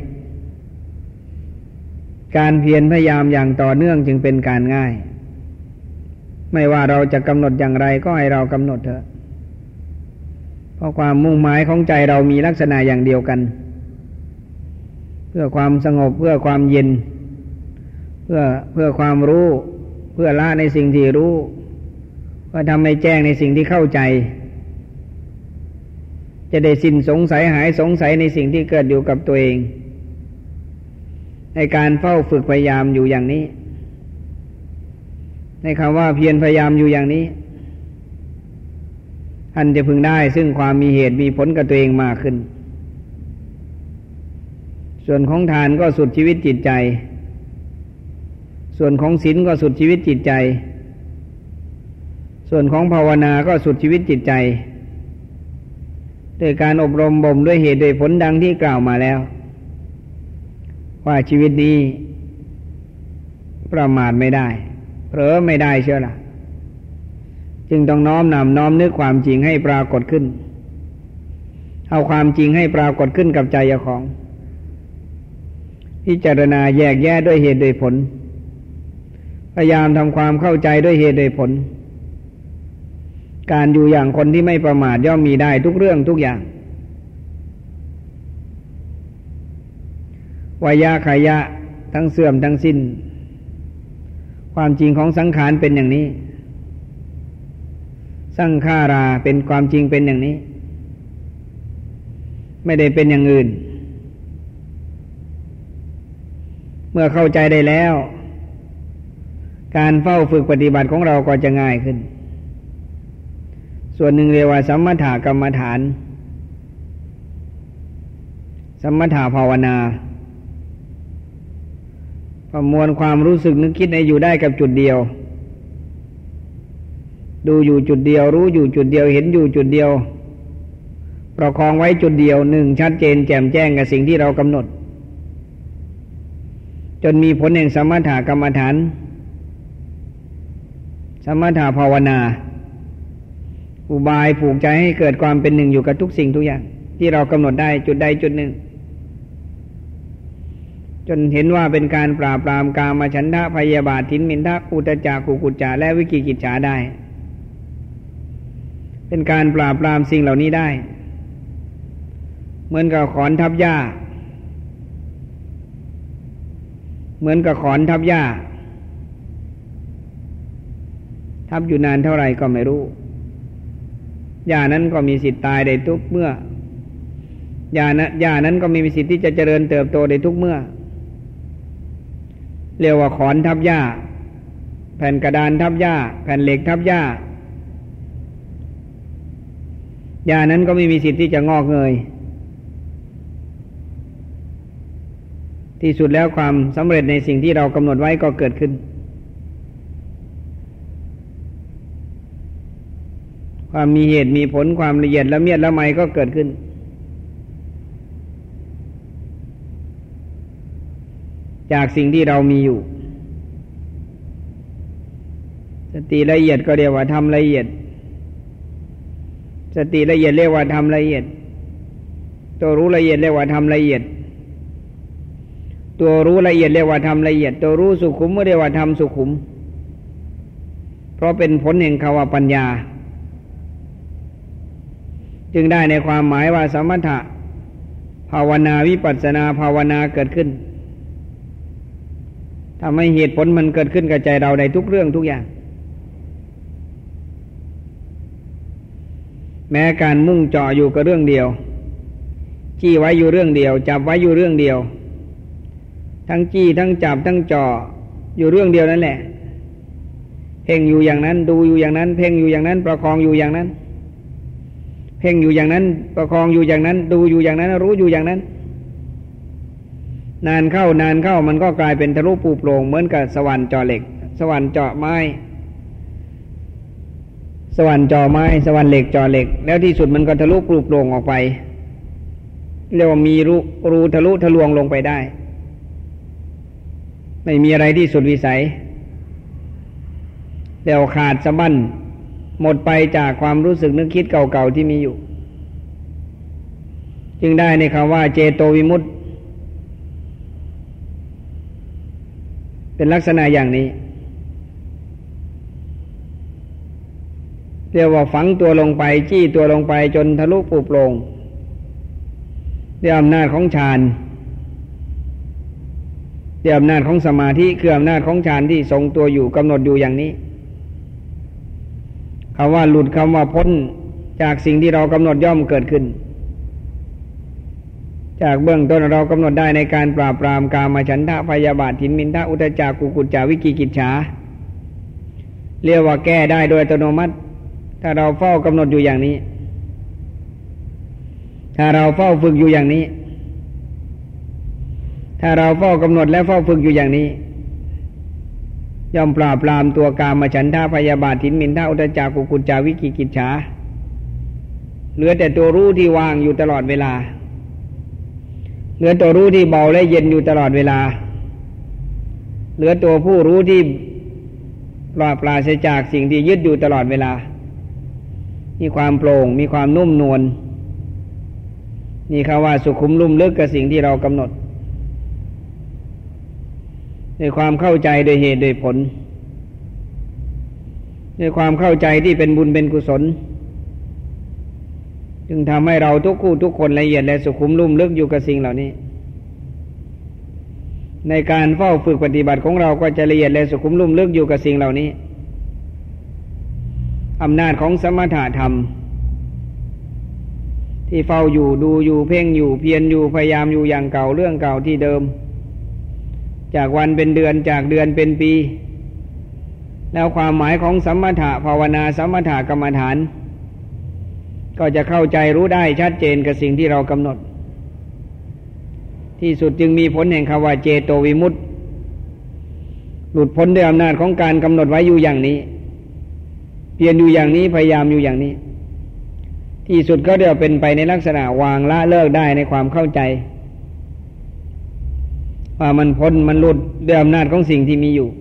การเพียรพยายามอย่างต่อเนื่องจึงเป็นการง่ายไม่ว่าเราจะกำหนดอย่างไรก็ให้เรากำหนดเถอะเพราะความมุ่งหมายของใจเรามีลักษณะอย่างเดียวกันเพื่อความสงบเพื่อความเย็นเพื่อความรู้เพื่อละในสิ่งที่รู้เพื่อทำให้แจ้งในสิ่งที่เข้าใจจะได้สิ้นสงสัยหายสงสัยในสิ่งที่เกิดอยู่กับตัวเองในการเฝ้าฝึกพยายามอยู่อย่างนี้ในคำว่าเพียรพยายามอยู่อย่างนี้ท่านจะพึงได้ซึ่งความมีเหตุมีผลกับตัวเองมากขึ้นส่วนของทานก็สุดชีวิตจิตใจส่วนของศีลก็สุดชีวิตจิตใจส่วนของภาวนาก็สุดชีวิตจิตใจด้วยการอบรมบ่มด้วยเหตุด้วยผลดังที่กล่าวมาแล้วว่าชีวิตนี้ประมาทไม่ได้เผลอไม่ได้เชียวล่ะจึงต้องน้อมนึกความจริงให้ปรากฏขึ้นเอาความจริงให้ปรากฏขึ้นกับใจเจ้าของพิจารณาแยกแยะด้วยเหตุด้วยผลพยายามทำความเข้าใจด้วยเหตุด้วยผลการอยู่อย่างคนที่ไม่ประมาทย่อมมีได้ทุกเรื่องทุกอย่างวายะขายะทั้งเสื่อมทั้งสิ้นความจริงของสังขารเป็นอย่างนี้สังขาราเป็นความจริงเป็นอย่างนี้ไม่ได้เป็นอย่างอื่นเมื่อเข้าใจได้แล้วการเฝ้าฝึกปฏิบัติของเราก็จะง่ายขึ้นส่วนหนึ่งเรียกว่าสัมมถกรรมฐานสัมมถภาวนาประมวลความรู้สึกนึกคิดให้อยู่ได้กับจุดเดียวดูอยู่จุดเดียวรู้อยู่จุดเดียวเห็นอยู่จุดเดียวประคองไว้จุดเดียวหนึ่งชัดเจนแจ่มแจ้งกับสิ่งที่เรากำหนดจนมีผลแห่งสมถกรรมฐานสมถภาวนาอุบายผูกใจให้เกิดความเป็นหนึ่งอยู่กับทุกสิ่งทุกอย่างที่เรากำหนดได้จุดใดจุดหนึ่งจนเห็นว่าเป็นการปราบปรามกามฉันทะพยาบาทถินมินทะอุทธัจจะกุกุจจะและวิกิกิจฉาได้เป็นการปราบปรามสิ่งเหล่านี้ได้เหมือนกับขอนทับหญ้าทับอยู่นานเท่าไหร่ก็ไม่รู้หญ้านั้นก็มีสิทธิ์ตายได้ทุกเมื่อหญ้านั้นก็มีสิทธิ์ที่จะเจริญเติบโตได้ทุกเมื่อเรียกว่าขอนทับหญ้าแผ่นกระดานทับหญ้าแผ่นเหล็กทับหญ้าหญ้านั้นก็ไม่มีสิทธิ์ที่จะงอกเงยที่สุดแล้วความสำเร็จในสิ่งที่เรากำหนดไว้ก็เกิดขึ้นความมีเหตุมีผลความละเอียดละเมียดละไมก็เกิดขึ้นจากสิ่งที่เรามีอยู่สติละเอียดก็เรียกว่าธรรมละเอียดสติละเอียดเรียกว่าธรรมละเอียดตัวรู้ละเอียดเรียกว่าธรรมละเอียดตัวรู้ละเอียดเรียกว่าธรรมละเอียดตัวรู้สุขุมเรียกว่าธรรมสุขุมเพราะเป็นผลแห่งคำว่าปัญญาจึงได้ในความหมายว่าสมถะภาวนาวิปัสสนาภาวนาเกิดขึ้นทำให้เหตุผลมันเกิดขึ้นกับใจเราในทุกเรื่องทุกอย่างแม้การมุ่งเจาะอยู่กับเรื่องเดียวจี้ไว้อยู่เรื่องเดียวจับไว้อยู่เรื่องเดียวทั้งจี้ทั้งจับทั้งเจาะอยู่เรื่องเดียวนั่นแหละเพ่งอยู่อย่างนั้นดูอยู่อย่างนั้นเพ่งอยู่อย่างนั้นประคองอยู่อย่างนั้นเพ่งอยู่อย่างนั้นประคองอยู่อย่างนั้นดูอยู่อย่างนั้นรู้อยู่อย่างนั้นนานเข้ามันก็กลายเป็นทะลุปูโปร่งเหมือนกับสว่านเจาะเหล็กสว่านเจาะไม้สว่านเจาะไม้สว่านเหล็กเจาะเหล็กแล้วที่สุดมันก็ทะลุปูโปร่งออกไปเรียกว่ามีรูทะลุทะลวงลงไปได้ไม่มีอะไรที่สุดวิสัยเดี๋ยวขาดสะบั้นหมดไปจากความรู้สึกนึกคิดเก่าๆที่มีอยู่จึงได้ในคำว่าเจโตวิมุตติเป็นลักษณะอย่างนี้เรียกว่าฝังตัวลงไปจี้ตัวลงไปจนทะลุปูโปร่งด้วยอำนาจของฌานด้วยอำนาจของสมาธิคืออำนาจของฌานที่ทรงตัวอยู่กำหนดอยู่อย่างนี้คำว่าหลุดคำว่าพ้นจากสิ่งที่เรากำหนดย่อมเกิดขึ้นจากเบื้องต้นเรากำหนดได้ในการปราบปรามกามฉันทะพยาบาทถินมินทะอุทธัจจะกุกุจจะวิกิกิจฉาเรียกว่าแก้ได้โดยอัตโนมัติถ้าเราเฝ้ากำหนดอยู่อย่างนี้ถ้าเราเฝ้าฝึกอยู่อย่างนี้ถ้าเราเฝ้ากำหนดและเฝ้าฝึกอยู่อย่างนี้ย่อมปราบปรามตัวกามฉันทะพยาบาทถินมินทะอุทธัจจะกุกุจจะวิกิกิจฉาเหลือแต่ตัวรู้ที่ว่างอยู่ตลอดเวลาเหลือตัวรู้ที่เบาและเย็นอยู่ตลอดเวลาเหลือตัวผู้รู้ที่ปราศจากสิ่งที่ยึดอยู่ตลอดเวลามีความโปร่งมีความนุ่มนวลนี่คำว่าสุขุมลุ่มลึกกับสิ่งที่เรากำหนดด้วยความเข้าใจโดยเหตุโดยผลด้วยความเข้าใจที่เป็นบุญเป็นกุศลจึงทำให้เราทุกคู่ทุกคนละเอียดและสุขุมลุ่มลึกอยู่กับสิ่งเหล่านี้ในการเฝ้าฝึกปฏิบัติของเราก็จะละเอียดและสุขุมลุ่มลึกอยู่กับสิ่งเหล่านี้อำนาจของสมถะธรรมที่เฝ้าอยู่ดูอยู่เพ่งอยู่เพียรอยู่พยายามอยู่อย่างเก่าเรื่องเก่าที่เดิมจากวันเป็นเดือนจากเดือนเป็นปีแล้วความหมายของสมถะภาวนาสมถะกรรมฐานก็จะเข้าใจรู้ได้ชัดเจนกับสิ่งที่เรากำหนดที่สุดจึงมีผลแห่งคำว่าเจโตวิมุตติหลุดพ้นด้วยอำนาจของการกำหนดไว้อยู่อย่างนี้เพียรอยู่อย่างนี้พยายามอยู่อย่างนี้ที่สุดก็เดี๋ยวเป็นไปในลักษณะวางละเลิกได้ในความเข้าใจว่ามันพ้นมันหลุดด้วยอำนาจของสิ่งที่มีอยู่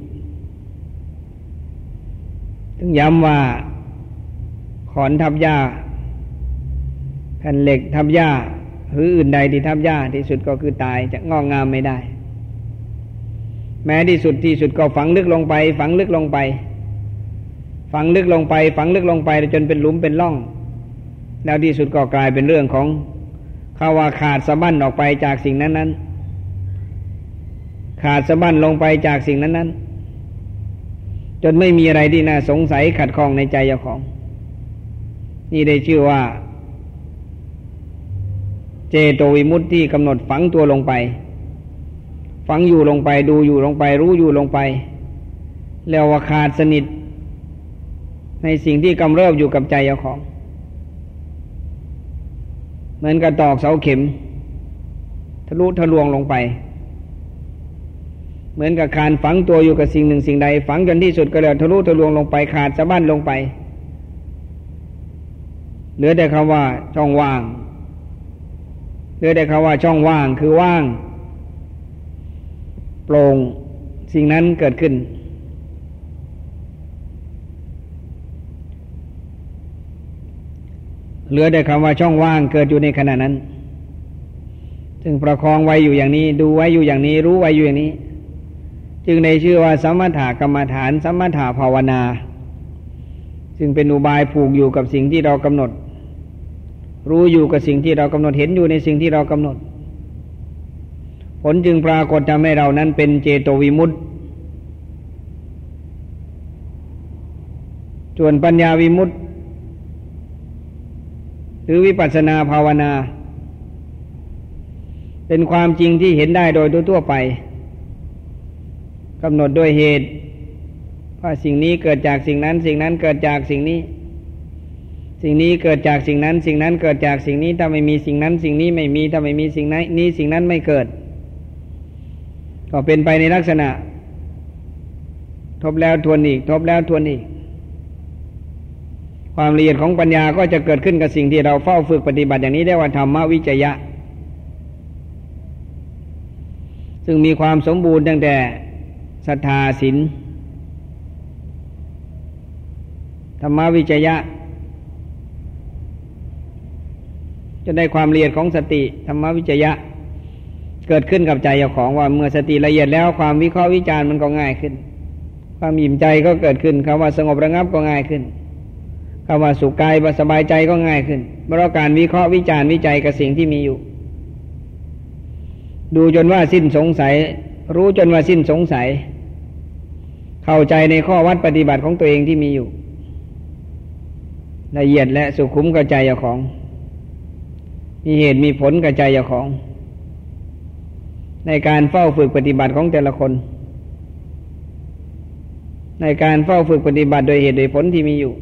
ถึงย้ำว่าขอนทับหญ้าแผ่นเหล็กทับหญ้าหรืออื่นใดที่ทับหญ้าที่สุดก็คือตายจะงอกงามไม่ได้แม้ที่สุดก็ฝังลึกลงไปฝังลึกลงไปฝังลึกลงไปฝังลึกลงไปจนเป็นหลุมเป็นร่องแล้วที่สุดก็กลายเป็นเรื่องของคำว่าขาดสะบั้นออกไปจากสิ่งนั้นๆขาดสะบั้นลงไปจากสิ่งนั้นๆจนไม่มีอะไรที่น่าสงสัยขัดข้องในใจเจ้าของนี่ได้ชื่อว่าเจโตวิมุตติที่กำหนดฝังตัวลงไปฝังอยู่ลงไปดูอยู่ลงไปรู้อยู่ลงไปแล้วว่าขาดสนิทในสิ่งที่กำเริบอยู่กับใจเจ้าของเหมือนกับตอกเสาเข็มทะลุทะลวงลงไปเหมือนกับการฝังตัวอยู่กับสิ่งหนึ่งสิ่งใดฝังจนที่สุดก็แล้วทะลุทะลวงลงไปขาดสะบั้นลงไปเหลือแต่คำว่าช่องว่างเหลือแต่คำว่าช่องว่างคือว่างโปร่งสิ่งนั้นเกิดขึ้นเหลือแต่คำว่าช่องว่างเกิดอยู่ในขณะนั้นจึงประคองไว้อยู่อย่างนี้ดูไว้อยู่อย่างนี้รู้ไว้อยู่อย่างนี้จึงได้ชื่อว่าสมถกรรมฐานสมถภาวนาซึ่งเป็นอุบายผูกอยู่กับสิ่งที่เรากำหนดรู้อยู่กับสิ่งที่เรากำหนดเห็นอยู่ในสิ่งที่เรากำหนดผลจึงปรากฏทำให้เรานั้นเป็นเจโตวิมุตติส่วนปัญญาวิมุตติหรือวิปัสสนาภาวนาเป็นความจริงที่เห็นได้โดยทั่วไปกำหนดด้วยเหตุว่าสิ่งนี้เกิดจากสิ่งนั้นสิ่งนั้นเกิดจากสิ่งนี้สิ่งนี้เกิดจากสิ่งนั้นสิ่งนั้นเกิดจากสิ่งนี้ถ้าไม่มีสิ่งนั้นสิ่งนี้ไม่มีถ้าไม่มีสิ่งนี้สิ่งนั้นไม่เกิดก็เป็นไปในลักษณะทบแล้วทวนอีกทบแล้วทวนอีกความละเอียดของปัญญาก็จะเกิดขึ้นกับสิ่งที่เราเฝ้าฝึกปฏิบัติอย่างนี้ได้ว่าธรรมวิจยะซึ่งมีความสมบูรณ์ตั้งแต่ศรัทธาศีลธรรมวิจยะจะได้ความละเอียดของสติธรรมวิจยะเกิดขึ้นกับใจเจ้าของว่าเมื่อสติละเอียดแล้วความวิเคราะห์วิจารณ์มันก็ง่ายขึ้นความอิ่มใจก็เกิดขึ้นคำว่าสงบระงับก็ง่ายขึ้นคำว่าสุขกายสบายใจก็ง่ายขึ้นเพราะการวิเคราะห์วิจารณ์วิจัยกับสิ่งที่มีอยู่ดูจนว่าสิ้นสงสัยรู้จนว่าสิ้นสงสัยเข้าใจในข้อวัดปฏิบัติของตัวเองที่มีอยู่ละเอียดและสุขุมกับใจเจ้าของมีเหตุมีผลกับใจเจ้าของในการเฝ้าฝึกปฏิบัติของแต่ละคนในการเฝ้าฝึกปฏิบัติโดยเหตุโดยผลที่มีอยู่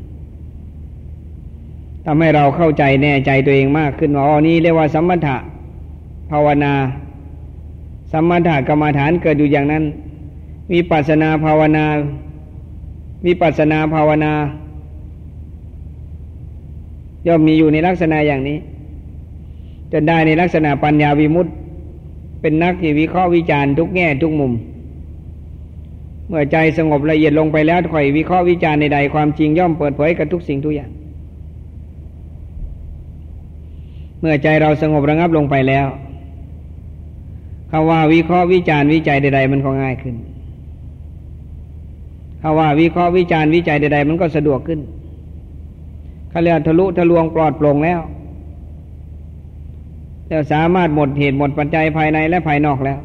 ทำให้เราเข้าใจแน่ใจตัวเองมากขึ้นว่านี้เรียกว่าสมถะภาวนาสมถะกรรมฐานเกิดอยู่อย่างนั้นวิปัสสนาภาวนาวิปัสสนาภาวนาย่อมมีอยู่ในลักษณะอย่างนี้จนได้ในลักษณะปัญญาวิมุตติเป็นนักที่วิเคราะห์วิจารณ์ทุกแง่ทุกมุมเมื่อใจสงบละเอียดลงไปแล้วค่อยวิเคราะห์วิจารณ์ใดๆความจริงย่อมเปิดเผยกับทุกสิ่งทุกอย่างเมื่อใจเราสงบระงับลงไปแล้วคำว่าวิเคราะห์วิจารณ์วิจัยใดๆมันก็ง่ายขึ้นคำว่าวิเคราะห์วิจารณ์วิจัยใดๆมันก็สะดวกขึ้นเขาเรียกทะลุทะลวงปลอดโปร่งแล้วสามารถหมดเหตุหมดปัจจัยภายในและภายนอกแล้ว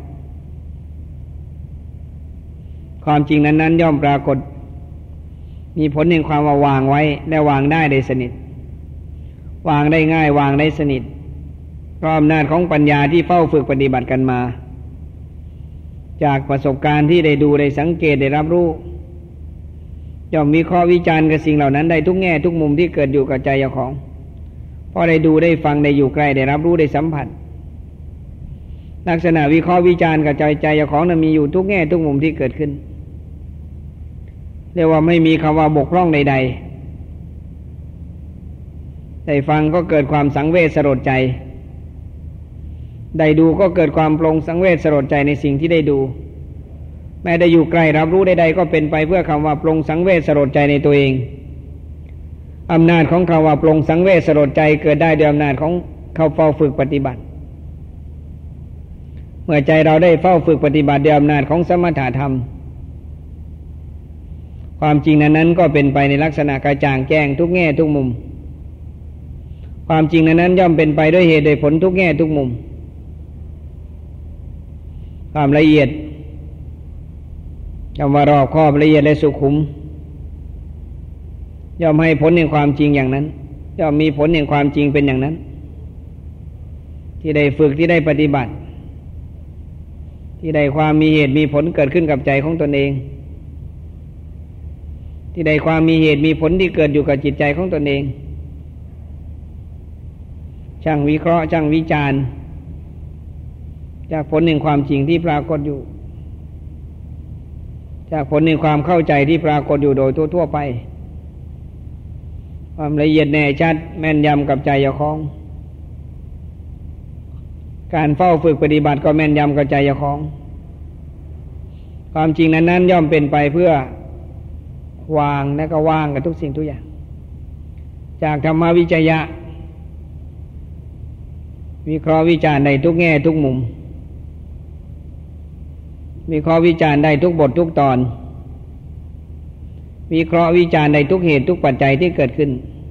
ความจริงนั้นย่อมปรากฏมีผลแห่งความว่าวางไว้และวางได้สนิทวางได้ง่ายวางได้สนิทเพราะอำนาจของปัญญาที่เฝ้าฝึกปฏิบัติกันมาจากประสบการณ์ที่ได้ดูได้สังเกตได้รับรู้ย่อมวิเคราะห์วิจารณ์กับสิ่งเหล่านั้นได้ทุกแง่ทุกมุมที่เกิดอยู่กับใจเจ้าของเพราะได้ดูได้ฟังได้อยู่ใกล้ได้รับรู้ได้สัมผัสลักษณะวิเคราะห์วิจารณ์กับใจเจ้าของนั้นมีอยู่ทุกแง่ทุกมุมที่เกิดขึ้นเรียกว่าไม่มีคำว่าบกพร่องใดๆได้ฟังก็เกิดความสังเวชสลดใจได้ดูก็เกิดความปลงสังเวชสลดใจในสิ่งที่ได้ดูแม้ได้อยู่ใกล้รับรู้ใดๆก็เป็นไปเพื่อคำว่าปลงสังเวชสลดใจในตัวเองอำนาจของคำว่าปลงสังเวชสลดใจเกิดได้ด้วยอำนาจของเขาเฝ้าฝึกปฏิบัติเมื่อใจเราได้เฝ้าฝึกปฏิบัติด้วยอำนาจของสมถะธรรมความจริงนั้นก็เป็นไปในลักษณะกระจ่างแจ้งทุกแง่ทุกมุมความจริงนั้นย่อมเป็นไปด้วยเหตุด้วยผลทุกแง่ทุกมุมความละเอียดคำว่ารอบคอบละเอียดและสุขุมย่อมให้ผลแห่งความจริงอย่างนั้นย่อมมีผลแห่งความจริงเป็นอย่างนั้นที่ได้ฝึกที่ได้ปฏิบัติที่ได้ความมีเหตุมีผลเกิดขึ้นกับใจของตนเองที่ได้ความมีเหตุมีผลที่เกิดอยู่กับจิตใจของตนเองช่างวิเคราะห์ช่างวิจารณ์จากผลแห่งความจริงที่ปรากฏอยู่จากผลแห่งความเข้าใจที่ปรากฏอยู่โดยทั่วๆไปความละเอียดแน่ชัดแม่นยำกับใจเจ้าของการเฝ้าฝึกปฏิบัติก็แม่นยำกับใจเจ้าของความจริงนั้นย่อมเป็นไปเพื่อวางและก็ว่างกับทุกสิ่งทุกอย่างจากธรรมวิจยะวิเคราะห์วิจารณ์ในทุกแง่ทุกมุมวิเคราะห์วิจารณ์ได้ทุกบททุกตอนวิเคราะห์วิจารณ์ในทุกเหตุทุกปัจจัยที่เกิดขึ้น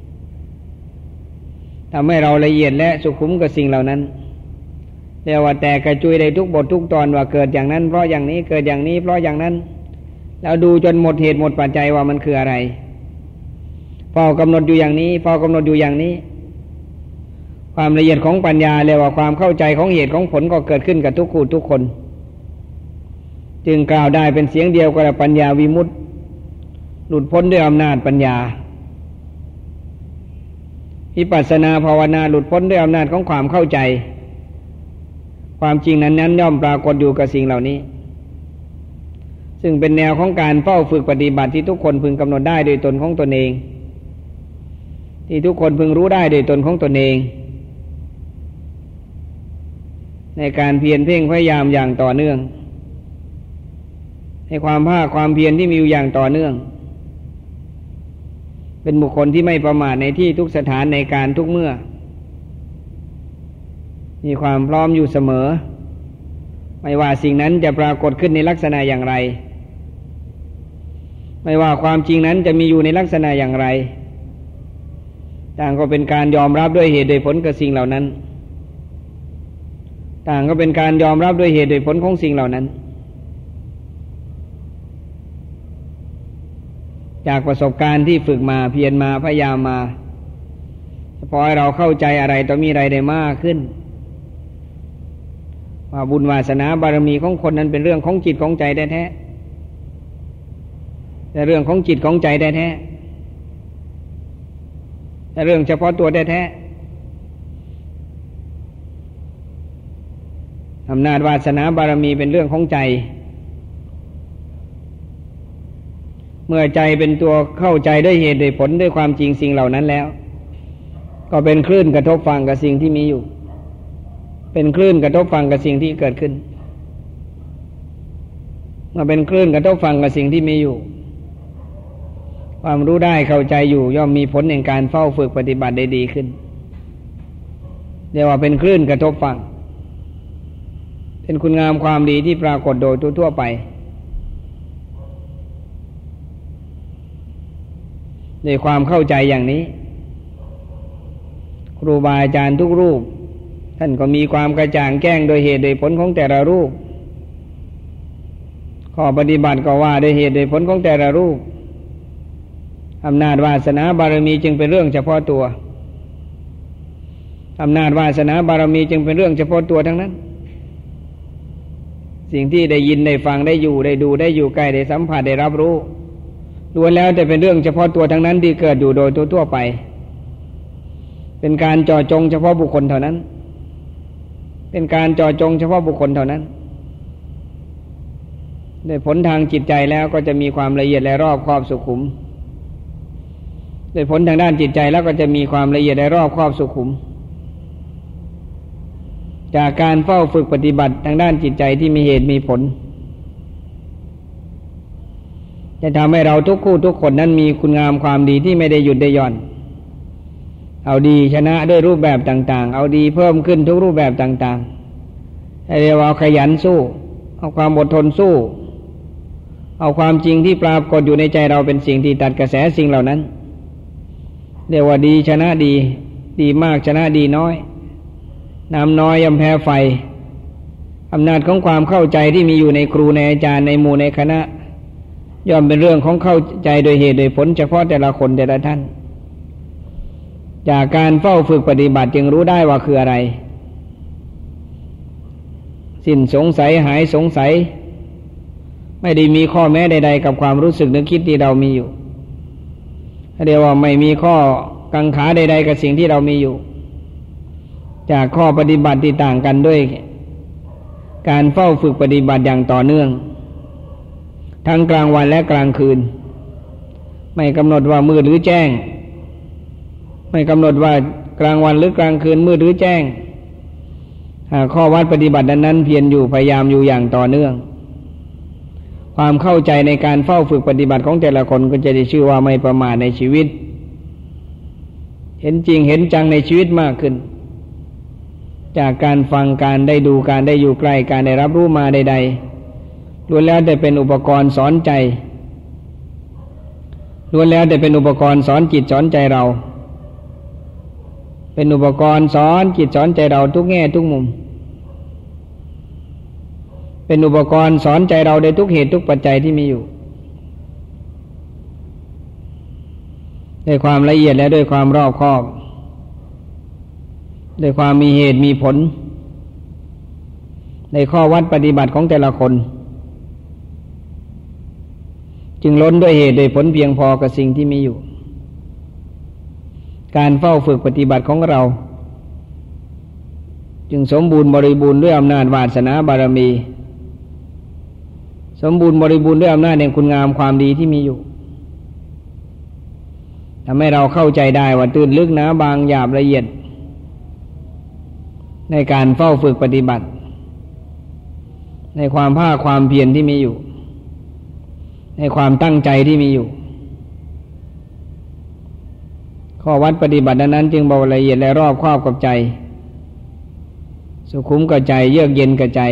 ทำให้เราละเอียดและสุขุมกับสิ่งเหล่านั้นเรียกว่าแต่กระจุยได้ทุกบททุกตอนว่าเกิดอย่างนั้นเพราะอย่างนี้เกิดอย่างนี้เพราะอย่างนั้นแล้วดูจนหมดเหตุหมดปัจจัยว่ามันคืออะไรพอกำหนดอยู่อย่างนี้พอกำหนดอยู่อย่างนี้ความละเอียดของปัญญาเรียกว่าความเข้าใจของเหตุของผลก็เกิดขึ้นกับทุกคู่ทุกคนจึงกล่าวได้เป็นเสียงเดียวกับปัญญาวิมุตติหลุดพ้นด้วยอำนาจปัญญาวิปัสสนาภาวนาหลุดพ้นด้วยอำนาจของความเข้าใจความจริงนั้นย่อมปรากฏอยู่กับสิ่งเหล่านี้ซึ่งเป็นแนวของการเฝ้าฝึกปฏิบัติที่ทุกคนพึงกำหนดได้โดยตนของตนเองที่ทุกคนพึงรู้ได้โดยตนของตนเองในการเพียรเพ่งพยายามอย่างต่อเนื่องให้ความภาคความเพียรที่มีอยู่อย่างต่อเนื่องเป็นบุคคลที่ไม่ประมาทในที่ทุกสถานในการทุกเมื่อมีความพร้อมอยู่เสมอไม่ว่าสิ่งนั้นจะปรากฏขึ้นในลักษณะอย่างไรไม่ว่าความจริงนั้นจะมีอยู่ในลักษณะอย่างไรต่างก็เป็นการยอมรับด้วยเหตุด้วยผลกับสิ่งเหล่านั้นต่างก็เป็นการยอมรับด้วยเหตุด้วยผลของสิ่งเหล่านั้นจากประสบการณ์ที่ฝึกมาเพียรมาพยายามมาพอให้เราเข้าใจอะไรต่อมีอะไรได้มากขึ้นว่าบุญวาสนาบารมีของคนนั้นเป็นเรื่องของจิตของใจแท้ๆแต่เรื่องของจิตของใจแท้ๆแต่เรื่องเฉพาะตัวแท้ๆอำนาจวาสนาบารมีเป็นเรื่องของใจเมื่อใจเป็นตัวเข้าใจด้วยเหตุด้วยผลด้วยความจริงสิ่งเหล่านั้นแล้วก็เป็นคลื่นกระทบฟังกับสิ่งที่มีอยู่เป็นคลื่นกระทบฟังกับสิ่งที่เกิดขึ้นเมื่อเป็นคลื่นกระทบฟังกับสิ่งที่มีอยู่ความรู้ได้เข้าใจอยู่ย่อมมีผลในการเฝ้าฝึกปฏิบัติได้ดีขึ้นเรียกว่าเป็นคลื่นกระทบฟัง เเป็นคุณงามความดีที่ปรากฏโดยทั่วไปด้วยความเข้าใจอย่างนี้ครูบาอาจารย์ทุกรูปท่านก็มีความกระจ่างแจ้งโดยเหตุโดยผลของแต่ละรูปข้อปฏิบัติก็ว่าโดยเหตุโดยผลของแต่ละรูปอำนาจวาสนาบารมีจึงเป็นเรื่องเฉพาะตัวอำนาจวาสนาบารมีจึงเป็นเรื่องเฉพาะตัวทั้งนั้นสิ่งที่ได้ยินได้ฟังได้อยู่ได้ดูได้อยู่ใกล้ได้สัมผัสได้รับรู้ล้วนแล้วแต่เป็นเรื่องเฉพาะตัวทั้งนั้นที่เกิดอยู่โดยทั่วไปเป็นการเจาะจงเฉพาะบุคคลเท่านั้นเป็นการเจาะจงเฉพาะบุคคลเท่านั้นในผลทางจิตใจแล้วก็จะมีความละเอียดและรอบคอบสุขุมในผลทางด้านจิตใจแล้วก็จะมีความละเอียดและรอบคอบสุขุมจากการเฝ้าฝึกปฏิบัติทางด้านจิตใจที่มีเหตุมีผลจะทำให้เราทุกคู่ทุกคนนั้นมีคุณงามความดีที่ไม่ได้หยุดได้หย่อนเอาดีชนะด้วยรูปแบบต่างๆเอาดีเพิ่มขึ้นทุกรูปแบบต่างๆให้เรียกว่าขยันสู้เอาความอดทนสู้เอาความจริงที่ปรากฏอยู่ในใจเราเป็นสิ่งที่ตัดกระแสสิ่งเหล่านั้นเรียกว่าดีชนะดีดีมากชนะดีน้อยน้ำน้อยย่อมแพ้ไฟอำนาจของความเข้าใจที่มีอยู่ในครูในอาจารย์ในหมู่ในคณะย่อมเป็นเรื่องของเข้าใจโดยเหตุโดยผลเฉพาะแต่ละคนแต่ละท่านจากการเฝ้าฝึกปฏิบัติจึงรู้ได้ว่าคืออะไรสิ้นสงสัยหายสงสัยไม่ได้มีข้อแม้ใดๆกับความรู้สึกนึกคิดที่เรามีอยู่เรียกว่าไม่มีข้อกังขาใดๆกับสิ่งที่เรามีอยู่จากข้อปฏิบัติที่ต่างกันด้วยการเฝ้าฝึกปฏิบัติอย่างต่อเนื่องทั้งกลางวันและกลางคืนไม่กำหนดว่ามืดหรือแจ้งไม่กำหนดว่ากลางวันหรือกลางคืนมืดหรือแจ้งข้อวัดปฏิบัตินั้นเพียรอยู่พยายามอยู่อย่างต่อเนื่องความเข้าใจในการเฝ้าฝึกปฏิบัติของแต่ละคนก็จะได้ชื่อว่าไม่ประมาทในชีวิตเห็นจริงเห็นจังในชีวิตมากขึ้นจากการฟังการได้ดูการได้อยู่ใกล้การได้รับรู้มาใดๆล้วนแล้วแต่เป็นอุปกรณ์สอนใจล้วนแล้วแต่เป็นอุปกรณ์สอนจิตสอนใจเราเป็นอุปกรณ์สอนจิตสอนใจเราทุกแง่ทุกมุมเป็นอุปกรณ์สอนใจเราในทุกเหตุทุกปัจจัยที่มีอยู่ด้วยความละเอียดและด้วยความรอบคอบด้วยความมีเหตุมีผลในข้อวัดปฏิบัติของแต่ละคนจึงล้นด้วยเหตุด้วยผลเพียงพอกับสิ่งที่มีอยู่การเฝ้าฝึกปฏิบัติของเราจึงสมบูรณ์บริบูรณ์ด้วยอำนาจวาสนาบารมีสมบูรณ์บริบูรณ์ด้วยอำนาจแห่งคุณงามความดีที่มีอยู่ทำให้เราเข้าใจได้ว่าตื้นลึกหนาบางหยาบละเอียดในการเฝ้าฝึกปฏิบัติในความภาคความเพียรที่มีอยู่ในความตั้งใจที่มีอยู่ข้อวัดปฏิบัตินั้นจึงบอกละเอียดและรอบคอบกับใจสุขุมกับใจเยือกเย็นกับใจ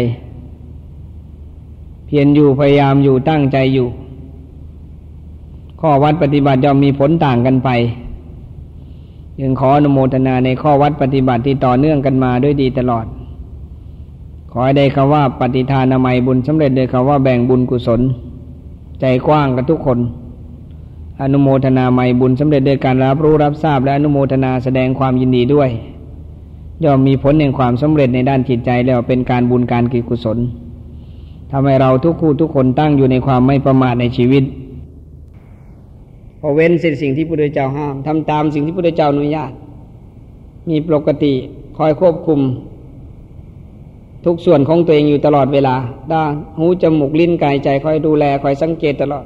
เพียรอยู่พยายามอยู่ตั้งใจอยู่ข้อวัดปฏิบัติย่อมมีผลต่างกันไปยังขออนุโมทนาในข้อวัดปฏิบัติที่ต่อเนื่องกันมาด้วยดีตลอดขอให้ได้คำว่าปฏิทานนามัยบุญสำเร็จโดยคำว่าแบ่งบุญกุศลใจกว้างกับทุกคนอนุโมทนาใหม่บุญสำเร็จโดยการรับรู้รับทราบและอนุโมทนาแสดงความยินดีด้วยย่อมมีผลแห่งความสำเร็จในด้านจิตใจแล้วเป็นการบุญการกุศลทำให้เราทุกคู่ทุกคนตั้งอยู่ในความไม่ประมาทในชีวิตพอเว้นสิ่งที่พระพุทธเจ้าห้ามทำตามสิ่งที่พระพุทธเจ้าอนุญาตมีปกติคอยควบคุมทุกส่วนของตัวเองอยู่ตลอดเวลาตาหูจมูกลิ้นกายใจคอยดูแลคอยสังเกตตลอด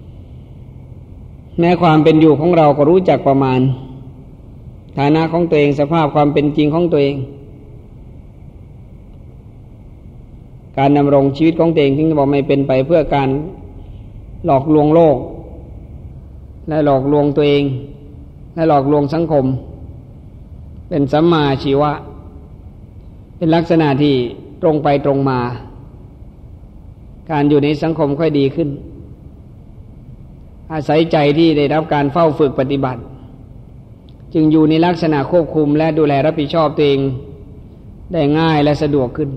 แม้ความเป็นอยู่ของเราก็รู้จักประมาณฐานะของตัวเองสภาพความเป็นจริงของตัวเองการดำรงชีวิตของตัวเองถึงบอกไม่เป็นไปเพื่อการหลอกลวงโลกและหลอกลวงตัวเองและหลอกลวงสังคมเป็นสัมมาชีวะเป็นลักษณะที่ตรงไปตรงมาการอยู่ในสังคมค่อยดีขึ้นอาศัยใจที่ได้รับการเฝ้าฝึกปฏิบัติจึงอยู่ในลักษณะควบคุมและดูแลรับผิดชอบตัวเองได้ง่ายและสะดวกขึ้น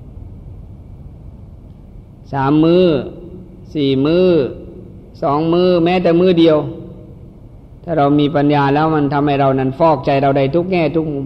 3 มื้อ4 มื้อ2 มื้อแม้แต่มื้อเดียวถ้าเรามีปัญญาแล้วมันทำให้เรานั้นฟอกใจเราได้ทุกแง่ทุกมุม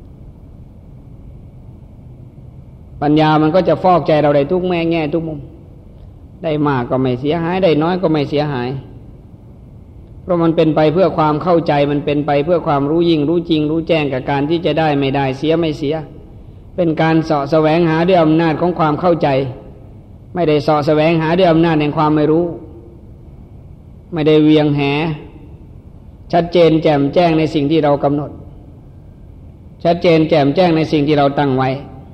ปัญญามันก็จะฟอกใจเราได้ทุกแง่ทุกมุมได้มากก็ไม่เสียหายได้น้อยก็ไม่เสียหายเพราะมันเป็นไปเพื่อความเข้าใจมันเป็นไปเพื่อความรู้ยิ่งรู้จริงรู้แจ้งกับการที่จะได้ไม่ได้เสียไม่เสียเป็นการเสาะแสวงหาด้วยอำนาจของความเข้าใจไม่ได้เสาะแสวงหาด้วยอำนาจแห่งความไม่รู้ไม่ได้เวียงแหชัดเจนแจ่มแจ้งในสิ่งที่เรากำหนดชัดเจนแจ่มแจ้งในสิ่งที่เราตั้งไว้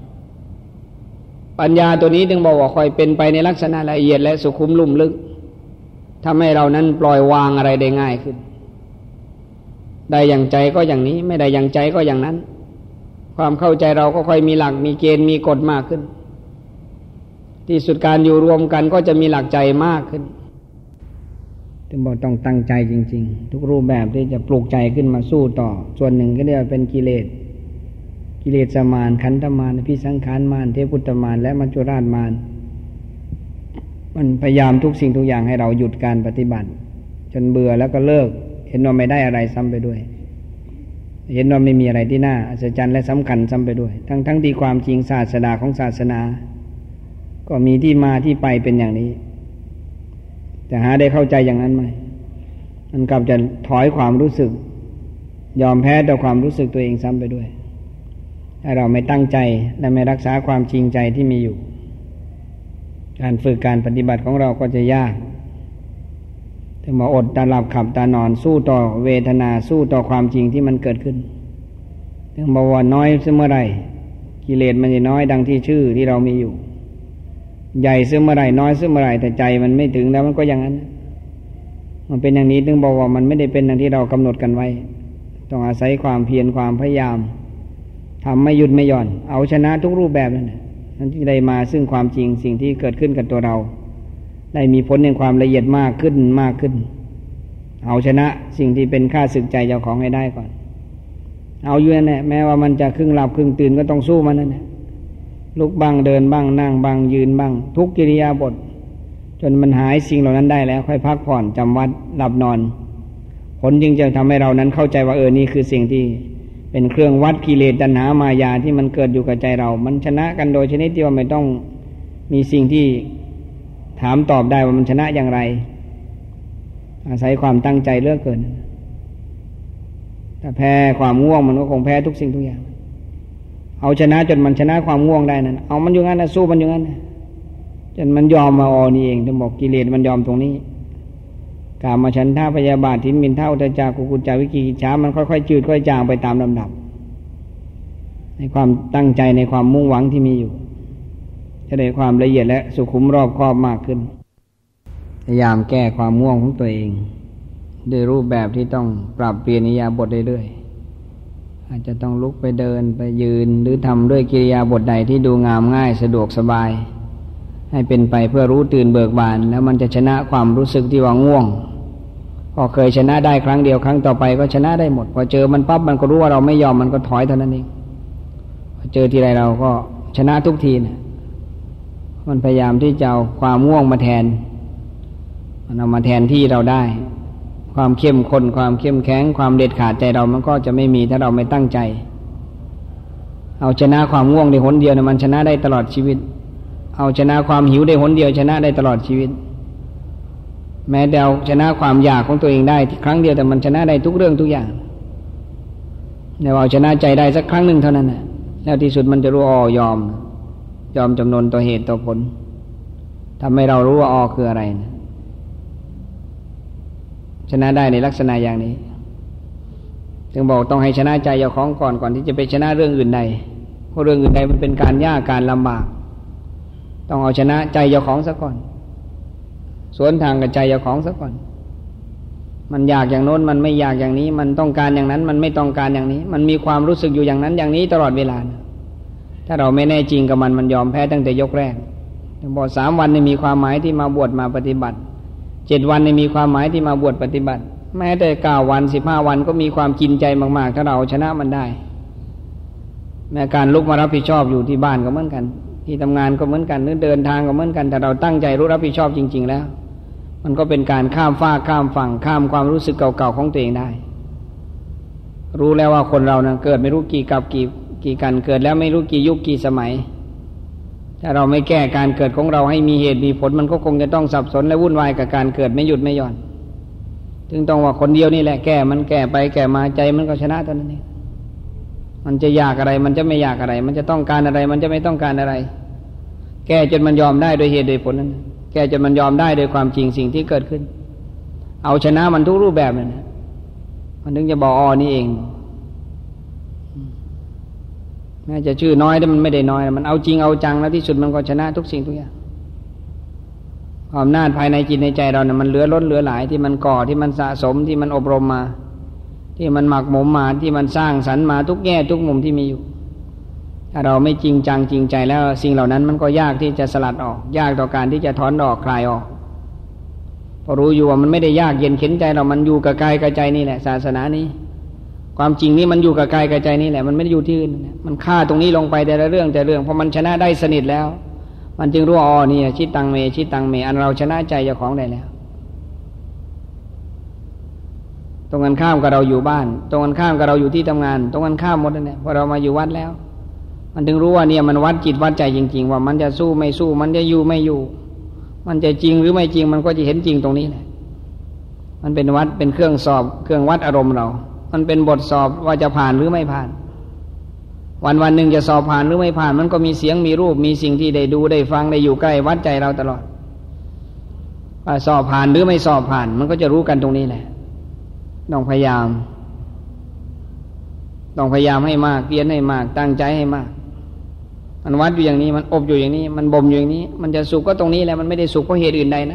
ปัญญาตัวนี้จึงบอกว่าค่อยเป็นไปในลักษณะละเอียดและสุขุมลุ่มลึกทำให้เรานั้นปล่อยวางอะไรได้ง่ายขึ้นได้อย่างใจก็อย่างนี้ไม่ได้อย่างใจก็อย่างนั้นความเข้าใจเราก็ค่อยมีหลักมีเกณฑ์มีกฎมากขึ้นที่สุดการอยู่รวมกันก็จะมีหลักใจมากขึ้นจึงบอกต้องตั้งใจจริงๆทุกรูปแบบที่จะปลุกใจขึ้นมาสู้ต่อส่วนหนึ่งก็เรียกว่าเป็นกิเลสมารขันธมารพิสังขารมารเทพุตมารและมัจจุราชมารมันพยายามทุกสิ่งทุกอย่างให้เราหยุดการปฏิบัติจนเบื่อแล้วก็เลิกเห็นว่าไม่ได้อะไรซ้ำไปด้วยเห็นว่าไม่มีอะไรที่น่าอัศจรรย์และสำคัญซ้ำไปด้วยทั้งที่ความจริงศาสนาของศาสนาก็มีที่มาที่ไปเป็นอย่างนี้แต่หาได้เข้าใจอย่างนั้นไหมมันกลับจะถอยความรู้สึกยอมแพ้ต่อความรู้สึกตัวเองซ้ำไปด้วยถ้าเราไม่ตั้งใจและไม่รักษาความจริงใจที่มีอยู่การฝึกการปฏิบัติของเราก็จะยากแต่มาอดตาหลับขับตานอนสู้ต่อเวทนาสู้ต่อความจริงที่มันเกิดขึ้นถึงบอกว่าน้อยเมื่อไรกิเลสมันจะน้อยดังที่ชื่อที่เรามีอยู่ใหญ่เมื่อไรน้อยเมื่อไรแต่ใจมันไม่ถึงแล้วมันก็อย่างนั้นมันเป็นอย่างนี้ถึงบอกว่ามันไม่ได้เป็นอย่างที่เรากำหนดกันไว้ต้องอาศัยความเพียรความพยายามทำไม่หยุดไม่หย่อนเอาชนะทุกรูปแบบนั่นแหละนั่นที่ได้มาซึ่งความจริงสิ่งที่เกิดขึ้นกับตัวเราได้มีผลในความละเอียดมากขึ้นเอาชนะสิ่งที่เป็นข้าศึกใจเจ้าของให้ได้ก่อนเอาอยู่นั่นแหละแม้ว่ามันจะครึ่งหลับครึ่งตื่นก็ต้องสู้มันนั่นแหละลุกบ้างเดินบ้างนั่งบ้างยืนบ้างทุกกิริยาบถจนมันหายสิ่งเหล่านั้นได้แล้วค่อยพักผ่อนจำวัดหลับนอนผลจึงจะทำให้เรานั้นเข้าใจว่านี่คือสิ่งที่เป็นเครื่องวัดกิเลสตัณหามายาที่มันเกิดอยู่กับใจเรามันชนะกันโดยชนิดที่ว่าไม่ต้องมีสิ่งที่ถามตอบได้ว่ามันชนะอย่างไรอาศัยความตั้งใจเลือกเกินถ้าแพ้ความง่วงมันก็คงแพ้ทุกสิ่งทุกอย่างเอาชนะจนมันชนะความง่วงได้นั่นเอามันอยู่งั้นนะสู้มันอยู่งั้นนะจนมันยอมมานี่เองถึงบอกกิเลสมันยอมตรงนี้กามฉันทะพยาบาททิฏฐินเท่าอุทธัจจะกุกุจจะวิกิกิจฉามันค่อยๆจืดค่อยจางไปตามลำดับในความตั้งใจในความมุ่งหวังที่มีอยู่จะได้ความละเอียดและสุขุมรอบคอบมากขึ้นพยายามแก้ความง่วงของตัวเองด้วยรูปแบบที่ต้องปรับเปลี่ยนอิริยาบถเรื่อยๆอาจจะต้องลุกไปเดินไปยืนหรือทำด้วยกิริยาบถใดที่ดูงามง่ายสะดวกสบายให้เป็นไปเพื่อรู้ตื่นเบิกบานแล้วมันจะชนะความรู้สึกที่ว่าง่วงพอเคยชนะได้ครั้งเดียวครั้งต่อไปก็ชนะได้หมดพอเจอมันปั๊บมันก็รู้ว่าเราไม่ยอมมันก็ถอยเท่านั้นเองพอเจอทีไรเราก็ชนะทุกทีนะมันพยายามที่จะเอาความง่วงมาแทนมันเอามาแทนที่เราได้ความเข้มข้นความเข้มแข็งความเด็ดขาดใจเรามันก็จะไม่มีถ้าเราไม่ตั้งใจเอาชนะความง่วงในหนเดียวนะมันชนะได้ตลอดชีวิตเอาชนะความหิวได้หนเดียวชนะได้ตลอดชีวิตแม้แต่เอาชนะความอยากของตัวเองได้ครั้งเดียวแต่มันชนะได้ทุกเรื่องทุกอย่างแต่เอาชนะใจได้สักครั้งหนึ่งเท่านั้นนะแล้วที่สุดมันจะรู้ยอมจำนนต่อเหตุต่อผลทำให้เรารู้ว่าคืออะไรนะชนะได้ในลักษณะอย่างนี้จึงบอกต้องให้ชนะใจเจ้าของก่อนที่จะไปชนะเรื่องอื่นใดเพราะเรื่องอื่นใดมันเป็นการยากการลำบากต้องเอาชนะใจเจ้าของซะก่อนสวนทางกับใจเจ้าของซะก่อนมันอยากอย่างโน้นมันไม่อยากอย่างนี้มันต้องการอย่างนั้นมันไม่ต้องการอย่างนี้มันมีความรู้สึกอยู่อย่างนั้นอย่างนี้ตลอดเวลาถ้าเราไม่แน่จริงกับมันยอมแพ้ตั้งแต่ยกแรกบอก3 วันนี่มีความหมายที่มาบวชมาปฏิบัติ7 วันนี่มีความหมายที่มาบวชปฏิบัติแม้แต่9 วัน15 วันก็มีความกินใจมากๆถ้าเราชนะมันได้แม้การลุกมารับผิดชอบอยู่ที่บ้านก็เหมือนกันที่ทำงานก็เหมือนกันหรือเดินทางก็เหมือนกันแต่เราตั้งใจรู้รับผิดชอบจริงๆแล้วมันก็เป็นการข้ามฟากข้ามฝั่งข้ามความรู้สึกเก่าๆของตัวเองได้รู้แล้วว่าคนเรานะเกิดไม่รู้กี่กับกี่กันเกิดแล้วไม่รู้กี่ยุคกี่สมัยถ้าเราไม่แก้การเกิดของเราให้มีเหตุมีผลมันก็คงจะต้องสับสนและวุ่นวายกับการเกิดไม่หยุดไม่หย่อนถึงต้องว่าคนเดียวนี่แหละแก้มันแก้ไปแก้มาใจมันก็ชนะเท่านั้นเองมันจะอยากอะไรมันจะไม่อยากอะไรมันจะต้องการอะไรมันจะไม่ต้องการอะไรแก้จนมันยอมได้โดยเหตุโดยผลนั้นแก้จนมันยอมได้โดยความจริงสิ่งที่เกิดขึ้นเอาชนะมันทุกรูปแบบนั่นนะมันถึงจะบอกอ๋อนี่เองแม้จะชื่อน้อยแต่มันไม่ได้น้อยมันเอาจริงเอาจังแล้วที่สุดมันก็ชนะทุกสิ่งทุกอย่างอำนาจภายในจิตในใจเราเนี่ยมันเหลือล้นเหลือหลายที่มันก่อที่มันสะสมที่มันอบรมมาที่มันหมักหมมมาที่มันสร้างสรรค์มาทุกแง่ทุกมุมที่มีอยู่ถ้าเราไม่จริงจังจริงใจแล้วสิ่งเหล่านั้นมันก็ยากที่จะสลัดออกยากต่อการที่จะถอนออกคลายออกพอรู้อยู่ว่ามันไม่ได้ยากเย็นเข็นใจเรามันอยู่กับกายกับใจนี่แหละศาสนานี้ความจริงนี่มันอยู่กับกายกับใจนี่แหละมันไม่ได้อยู่ที่อื่นมันฆ่าตรงนี้ลงไปแต่ละเรื่องพอมันชนะได้สนิทแล้วมันจึงรู้อ๋อนี่ชิตังเมอันเราชนะใจเจ้าของได้แล้วตรงกันข้ามกับเราอยู่บ้านตรงกันข้ามกับเราอยู่ที่ทำงานตรงกันข้ามหมดนั่นแหละพอเรามาอยู่วัดแล้วมันถึงรู้ว่าเนี่ยมันวัดจิตวัดใจจริงๆว่ามันจะสู้ไม่สู้มันจะอยู่ไม่อยู่มันจะจริงหรือไม่จริงมันก็จะเห็นจริงตรงนี้แหละมันเป็นวัดเป็นเครื่องสอบเครื่องวัดอารมณ์เรามันเป็นบทสอบว่าจะผ่านหรือไม่ผ่านวันหนึ่งจะสอบผ่านหรือไม่ผ่านมันก็มีเสียงมีรูปมีสิ่งที่ได้ดูได้ฟังได้อยู่ใกล้วัดใจเราตลอดว่าสอบผ่านหรือไม่สอบผ่านมันก็จะรู้กันตรงนี้แหละต้องพยายามให้มากเพียรให้มากตั้งใจให้มากมันวัดอยู่อย่างนี้มันอบอยู่อย่างนี้มันบ่มอยู่อย่างนี้มันจะสุขก็ตรงนี้แหละมันไม่ได้สุขเพราะเหตุอื่นใดนะ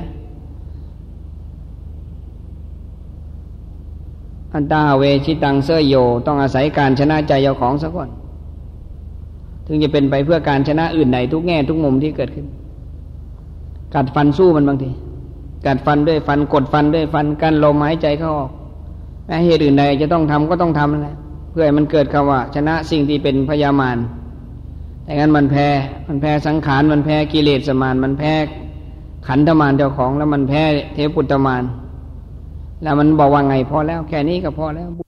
อันตาเวชิตังเสยโยต้องอาศัยการชนะใจเจ้าของซะก่อนถึงจะเป็นไปเพื่อการชนะอื่นใดทุกแง่ทุกมุมที่เกิดขึ้นกัดฟันสู้มันบางทีกัดฟันด้วยฟันกดฟันด้วยฟันกั้นลมหายใจเข้าออกแม้เหตุอื่นใดจะต้องทำก็ต้องทำนั่นแหละเพื่อให้มันเกิดคำว่าชนะสิ่งที่เป็นพยามารแต่งั้นมันแพ้สังขารมันแพ้กิเลสมารมันแพ้ขันธมารเจ้าของแล้วมันแพ้เทพปุตตมารแล้วมันบอกว่าไงพอแล้วแค่นี้ก็พอแล้ว